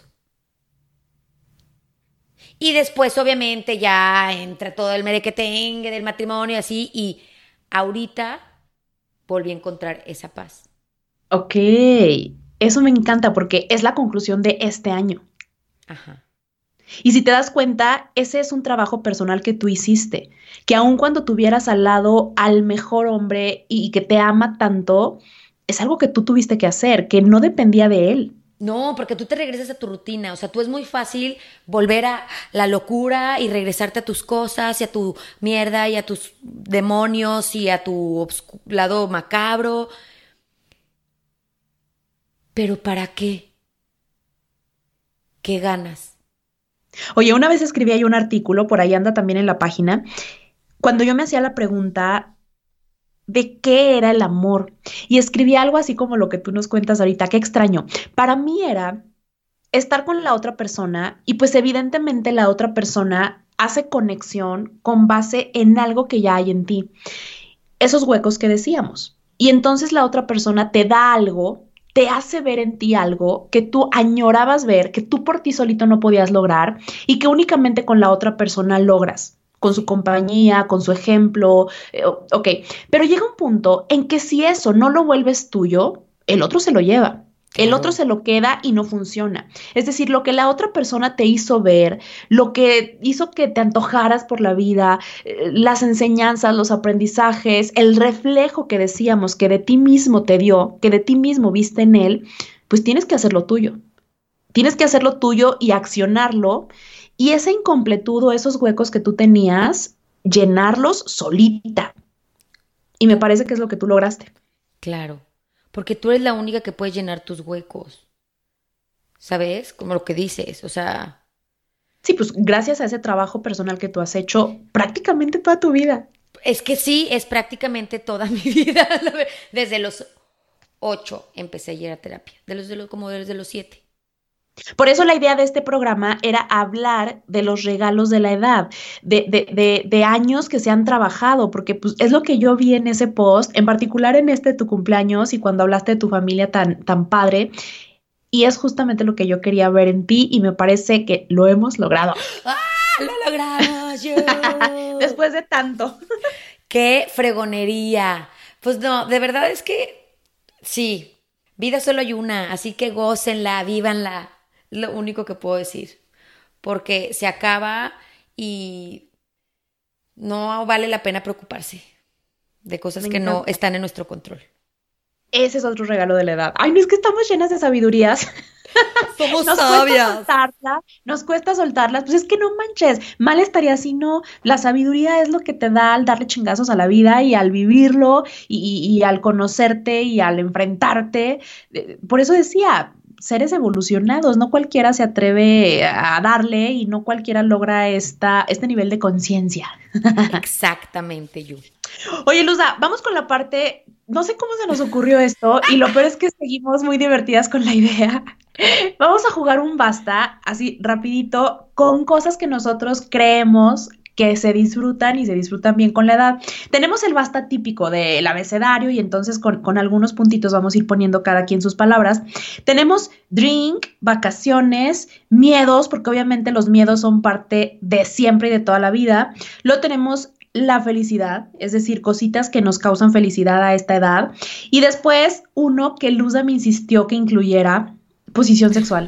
Y después, obviamente, ya entra todo el merequetengue del matrimonio y así, y ahorita volví a encontrar esa paz. Ok, eso me encanta porque es la conclusión de este año. Ajá. Y si te das cuenta, ese es un trabajo personal que tú hiciste, que aun cuando tuvieras al lado al mejor hombre y que te ama tanto, es algo que tú tuviste que hacer, que no dependía de él. No, porque tú te regresas a tu rutina, o sea, tú es muy fácil volver a la locura y regresarte a tus cosas y a tu mierda y a tus demonios y a tu lado macabro. ¿Pero para qué? ¿Qué ganas? Oye, una vez escribí ahí un artículo, por ahí anda también en la página, cuando yo me hacía la pregunta de qué era el amor y escribí algo así como lo que tú nos cuentas ahorita, qué extraño. Para mí era estar con la otra persona y pues evidentemente la otra persona hace conexión con base en algo que ya hay en ti, esos huecos que decíamos. Y entonces la otra persona te da algo, te hace ver en ti algo que tú añorabas ver, que tú por ti solito no podías lograr y que únicamente con la otra persona logras, con su compañía, con su ejemplo, ok. Pero llega un punto en que si eso no lo vuelves tuyo, el otro se lo lleva. El Claro. otro se lo queda y no funciona. Es decir, lo que la otra persona te hizo ver, lo que hizo que te antojaras por la vida, las enseñanzas, los aprendizajes, el reflejo que decíamos que de ti mismo te dio, que de ti mismo viste en él, pues tienes que hacerlo tuyo. Tienes que hacerlo tuyo y accionarlo. Y esa incompletud o esos huecos que tú tenías, llenarlos solita. Y me parece que es lo que tú lograste. Claro, porque tú eres la única que puede llenar tus huecos, ¿sabes? Como lo que dices, o sea, Sí, pues gracias a ese trabajo personal que tú has hecho prácticamente toda tu vida. es que sí, es prácticamente toda mi vida. Desde los 8 empecé a ir a terapia, como desde los 7. Por eso la idea de este programa era hablar de los regalos de la edad, de años que se han trabajado, porque pues, es lo que yo vi en ese post, en particular en este de tu cumpleaños y cuando hablaste de tu familia tan padre, y es justamente lo que yo quería ver en ti y me parece que lo hemos logrado. ¡Ah! ¡Lo logramos! Yo! Después de tanto. ¡Qué fregonería! Pues no, de verdad es que sí, vida solo hay una, así que gócenla, vívanla. Lo único que puedo decir, porque se acaba y no vale la pena preocuparse de cosas que no están en nuestro control. Ese es otro regalo de la edad. Ay, no es que estamos llenas de sabidurías. Somos Nos sabias. nos cuesta soltarlas, pues es que no manches, mal estaría si no, la sabiduría es lo que te da al darle chingazos a la vida y al vivirlo y al conocerte y al enfrentarte. Por eso decía, seres evolucionados, no cualquiera se atreve a darle y no cualquiera logra este nivel de conciencia. Exactamente, Yu. Oye, Luza, vamos con la parte, no sé cómo se nos ocurrió esto y lo peor es que seguimos muy divertidas con la idea. Vamos a jugar un basta, así rapidito, con cosas que nosotros creemos que se disfrutan y se disfrutan bien con la edad. Tenemos el basta típico del abecedario y entonces con algunos puntitos vamos a ir poniendo cada quien sus palabras. Tenemos drink, vacaciones, miedos, porque obviamente los miedos son parte de siempre y de toda la vida. Luego tenemos la felicidad, es decir, cositas que nos causan felicidad a esta edad. Y después uno que Luza me insistió que incluyera posición sexual.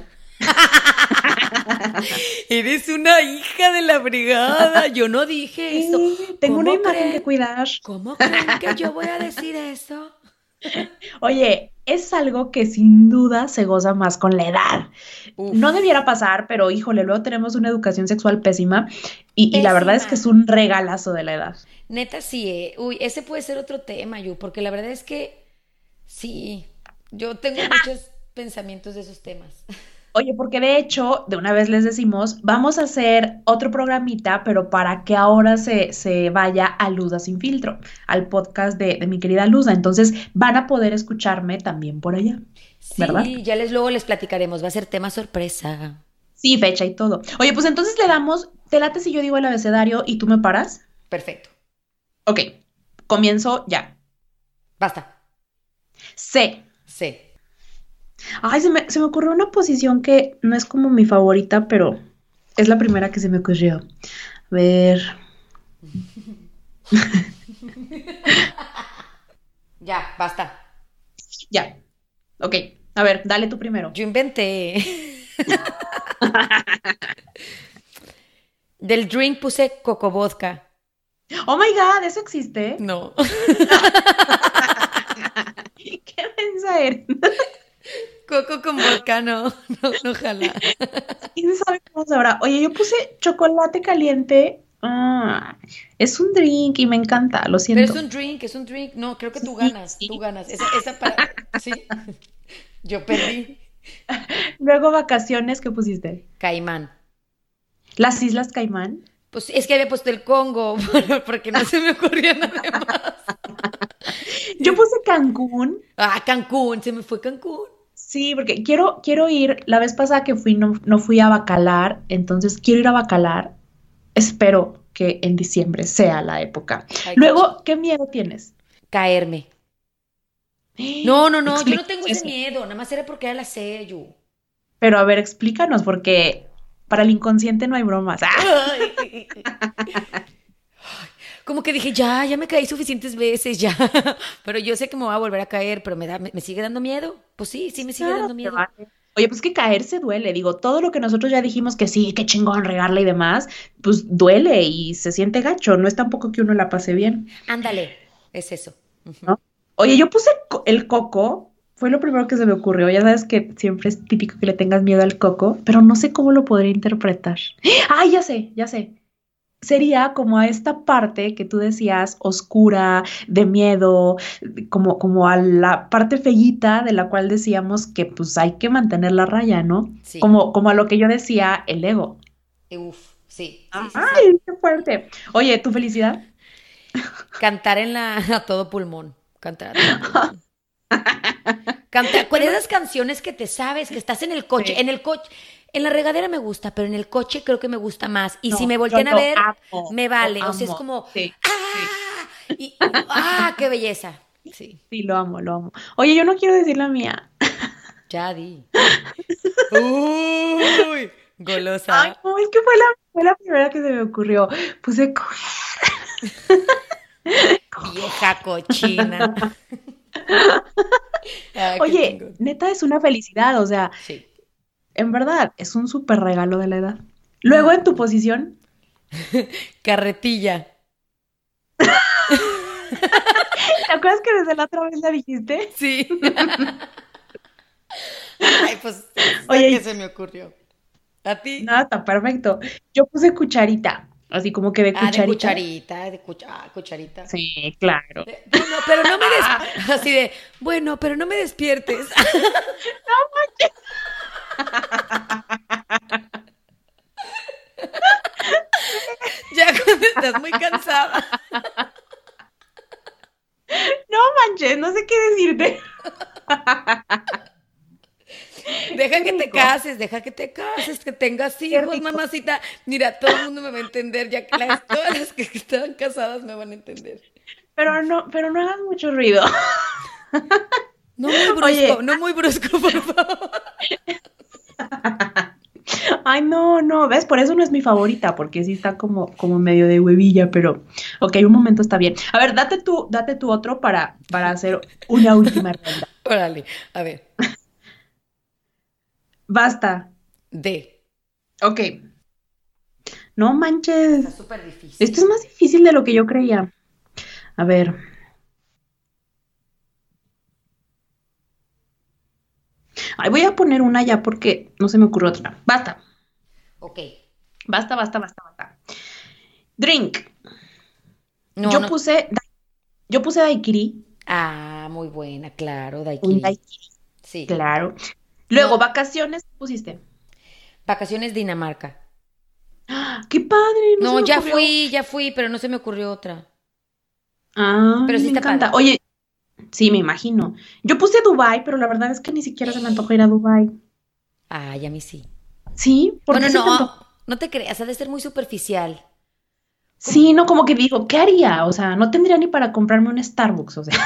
Eres una hija de la brigada. Yo no dije eso. Tengo una imagen que cuidar. ¿Cómo creen que yo voy a decir eso? Oye, es algo que sin duda se goza más con la edad. Uf. No debiera pasar, pero híjole, luego tenemos una educación sexual pésima y la verdad es que es un regalazo de la edad. Neta, sí. Uy, ese puede ser otro tema, porque la verdad es que sí, yo tengo muchos pensamientos de esos temas. Oye, porque de hecho, de una vez les decimos, vamos a hacer otro programita, pero para que ahora se vaya a Luza Sin Filtro, al podcast de mi querida Luza. Entonces van a poder escucharme también por allá, ¿verdad? Sí, ya luego les platicaremos, va a ser tema sorpresa. Sí, fecha y todo. Oye, pues entonces le damos, ¿te late si yo digo el abecedario y tú me paras? Perfecto. Ok, comienzo ya. Basta. C. C. Ay, se me ocurrió una posición que no es como mi favorita, pero es la primera que se me ocurrió. A ver. Ya, basta. Ya. Ok. A ver, dale tú primero. Yo inventé. Del drink puse coco vodka. Oh my God, ¿eso existe? No. ¿Qué mensa eres? Coco con vodka, no jala. ¿Quién sabe cómo sabrá? Oye, yo puse chocolate caliente. Es un drink y me encanta, lo siento. Pero es un drink. No, creo que tú ganas, sí. Tú ganas. Esa para... Sí, yo perdí. Luego vacaciones, ¿qué pusiste? Caimán. ¿Las Islas Caimán? Pues es que había puesto el Congo, porque no se me ocurría nada más. Yo puse Cancún. Cancún, se me fue Cancún. Sí, porque quiero ir, la vez pasada que fui no fui a Bacalar, entonces quiero ir a Bacalar, espero que en diciembre sea la época. Ay, luego, ¿qué miedo tienes? Caerme. No, yo no tengo ese miedo, nada más era porque era la sello. Pero a ver, explícanos, porque para el inconsciente no hay bromas. Como que dije, ya me caí suficientes veces, ya. Pero yo sé que me voy a volver a caer, pero me sigue dando miedo. Pues sí, me sigue dando miedo. Oye, pues que caerse duele. Digo, todo lo que nosotros ya dijimos que sí, qué chingón regarla y demás, pues duele y se siente gacho. No es tampoco que uno la pase bien. Ándale, es eso. ¿No? Oye, yo puse el coco. Fue lo primero que se me ocurrió. Ya sabes que siempre es típico que le tengas miedo al coco, pero no sé cómo lo podría interpretar. ¡Ay, ya sé! Sería como a esta parte que tú decías, oscura, de miedo, como a la parte feíta de la cual decíamos que pues hay que mantener la raya, ¿no? Sí. Como a lo que yo decía, el ego. Uf, sí. ¡Ay, qué fuerte! Oye, ¿tu felicidad? Cantar a todo pulmón. Cantar a todo pulmón. Cantar, ¿cuáles esas canciones que te sabes, que estás en el coche? Sí. En la regadera me gusta, pero en el coche creo que me gusta más. Y si me voltean a ver, me vale. O sea, es como, sí, ¡ah! Sí. ¡Qué belleza! Sí. Sí, lo amo. Oye, yo no quiero decir la mía. Ya di. ¡Uy! Golosa. Ay, no, es que fue la primera que se me ocurrió. Puse coger. Vieja cochina. Oye, neta es una felicidad, o sea, sí. En verdad, es un súper regalo de la edad. Luego, en tu posición. Carretilla. ¿Te acuerdas que desde la otra vez la dijiste? Sí. Ay, pues, oye, ¿qué se me ocurrió? ¿A ti? No, está perfecto. Yo puse cucharita, así como que de cucharita. De cucharita. Sí, claro. Pero no me así de, bueno, pero no me despiertes. No manches. Ya cuando estás muy cansada. No manches, no sé qué decirte. Deja que te cases, que tengas hijos, mamacita. Mira, todo el mundo me va a entender, ya que todas las que están casadas me van a entender. Pero no hagas mucho ruido. No muy brusco, oye, no muy brusco, por favor. Ay, no, ¿ves? Por eso no es mi favorita, porque sí está como medio de huevilla, pero ok, un momento está bien. A ver, date tú otro para hacer una última ronda. Órale, a ver. Basta. D. Ok. No manches. Está súper difícil. Esto es más difícil de lo que yo creía. A ver. Ay, voy a poner una ya porque no se me ocurre otra. Basta. Ok. Basta. Drink. No, yo puse daiquiri. Ah, muy buena, claro, daiquiri. Un daiquiri. Sí. Claro. Luego, vacaciones, ¿qué pusiste? Vacaciones Dinamarca. ¡Ah, qué padre! No, ya fui, pero no se me ocurrió otra. Ah, pero sí me está encanta. padre. Oye, sí, me imagino. Yo puse Dubái, pero la verdad es que ni siquiera se me antoja ir a Dubái. Ay, a mí sí. ¿Sí? ¿Por bueno, qué no te creas, ha de ser muy superficial. Sí, no, como que digo, ¿qué haría? O sea, no tendría ni para comprarme un Starbucks, o sea.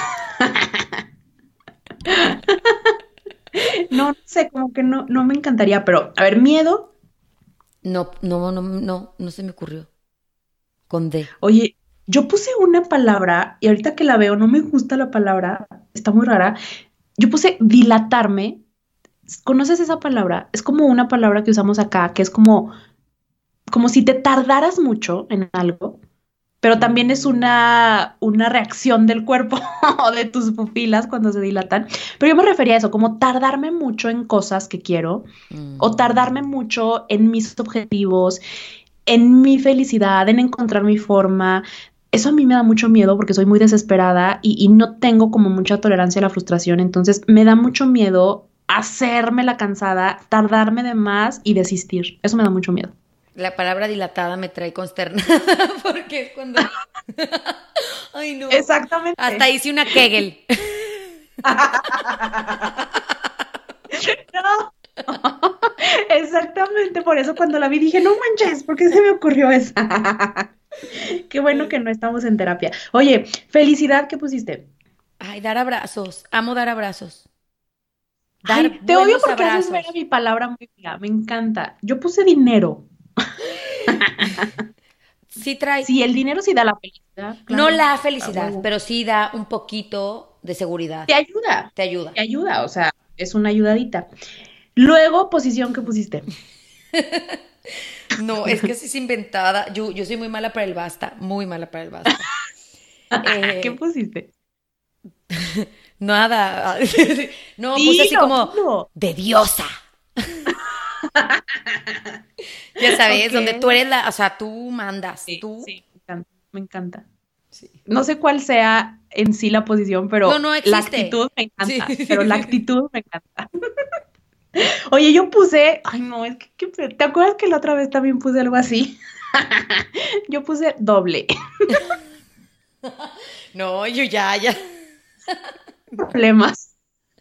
No sé, como que no me encantaría, pero, a ver, miedo. No se me ocurrió. Con D. Oye, yo puse una palabra y ahorita que la veo no me gusta la palabra, está muy rara. Yo puse dilatarme. ¿Conoces esa palabra? Es como una palabra que usamos acá, que es como si te tardaras mucho en algo, pero también es una reacción del cuerpo o de tus pupilas cuando se dilatan. Pero yo me refería a eso, como tardarme mucho en cosas que quiero o tardarme mucho en mis objetivos, en mi felicidad, en encontrar mi forma. Eso a mí me da mucho miedo porque soy muy desesperada y no tengo como mucha tolerancia a la frustración. Entonces me da mucho miedo hacerme la cansada, tardarme de más y desistir. Eso me da mucho miedo. La palabra dilatada me trae consternada porque es cuando... Ay, no. Exactamente. Hasta hice una Kegel. No. Exactamente, por eso cuando la vi dije, no manches, ¿por qué se me ocurrió esa? Qué bueno que no estamos en terapia. Oye, felicidad, ¿qué pusiste? Ay, dar abrazos. Amo dar abrazos. Ay, te odio porque haces ver a mi palabra muy fea. Me encanta. Yo puse dinero. Sí trae. Sí, el dinero sí da la felicidad. Claro. No la felicidad, pero sí da un poquito de seguridad. Te ayuda. Te ayuda. Te ayuda, o sea, es una ayudadita. Luego, posición que pusiste. No, es que es inventada. Yo soy muy mala para el basta. Muy mala para el basta. ¿Qué pusiste? Nada. No, puse así como de diosa. Ya sabes, okay. Donde tú eres o sea, tú mandas. Sí, tú. Sí, me encanta. Sí. No sé cuál sea en sí la posición, pero no la actitud me encanta. Sí. Pero la actitud me encanta. Oye, yo puse, ay no, es que, ¿te acuerdas que la otra vez también puse algo así? Yo puse doble. No, yo ya. Problemas.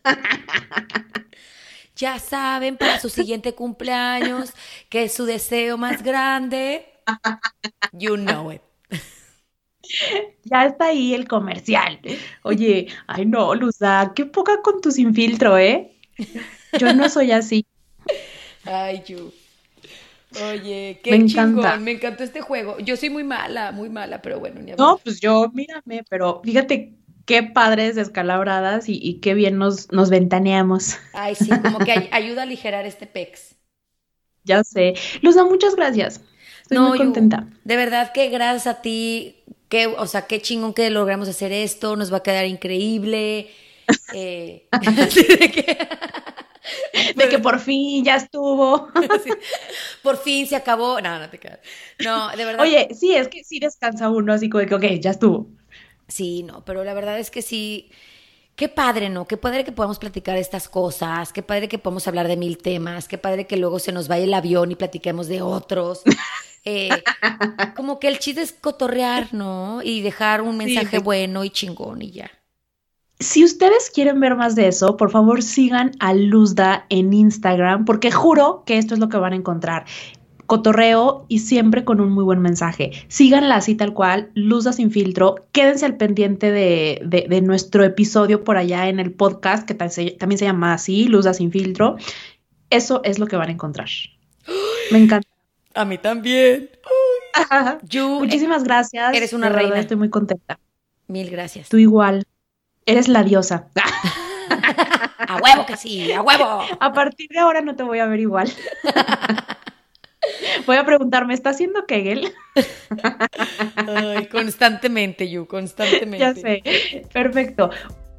Ya saben, para su siguiente cumpleaños, que es su deseo más grande. You know it. Ya está ahí el comercial. Oye, ay no, Luza, qué poca con tu sin filtro, ¿eh? Yo no soy así. Ay, you. Oye, qué chingón, me encantó este juego. Yo soy muy mala, pero bueno, ni hablar. No, pues yo, mírame, pero fíjate qué padres descalabradas y qué bien nos ventaneamos. Ay, sí, como que ayuda a aligerar este pex. Ya sé. Luza, muchas gracias. Estoy muy contenta. De verdad que gracias a ti, o sea, qué chingón que logramos hacer esto, nos va a quedar increíble. De que por fin ya estuvo. Sí, por fin se acabó. No te quedas. No, de verdad. Oye, sí, es que sí descansa uno así como de que, ok, ya estuvo. Sí, no, pero la verdad es que sí. Qué padre, ¿no? Qué padre que podamos platicar estas cosas, qué padre que podamos hablar de 1000 temas, qué padre que luego se nos vaya el avión y platiquemos de otros. Como que el chiste es cotorrear, ¿no? Y dejar un mensaje bueno y chingón y ya. Si ustedes quieren ver más de eso, por favor sigan a Luzda en Instagram, porque juro que esto es lo que van a encontrar. Cotorreo y siempre con un muy buen mensaje. Síganla así tal cual, Luzda Sin Filtro. Quédense al pendiente de nuestro episodio por allá en el podcast, que también se llama así, Luzda Sin Filtro. Eso es lo que van a encontrar. Me encanta. A mí también. Muchísimas gracias. Eres una reina. Estoy muy contenta. Mil gracias. Tú igual. Eres la diosa. A huevo que sí, a huevo. A partir de ahora no te voy a ver igual. Voy a preguntarme, ¿está haciendo Kegel? Ay, constantemente, constantemente. Ya sé. Perfecto.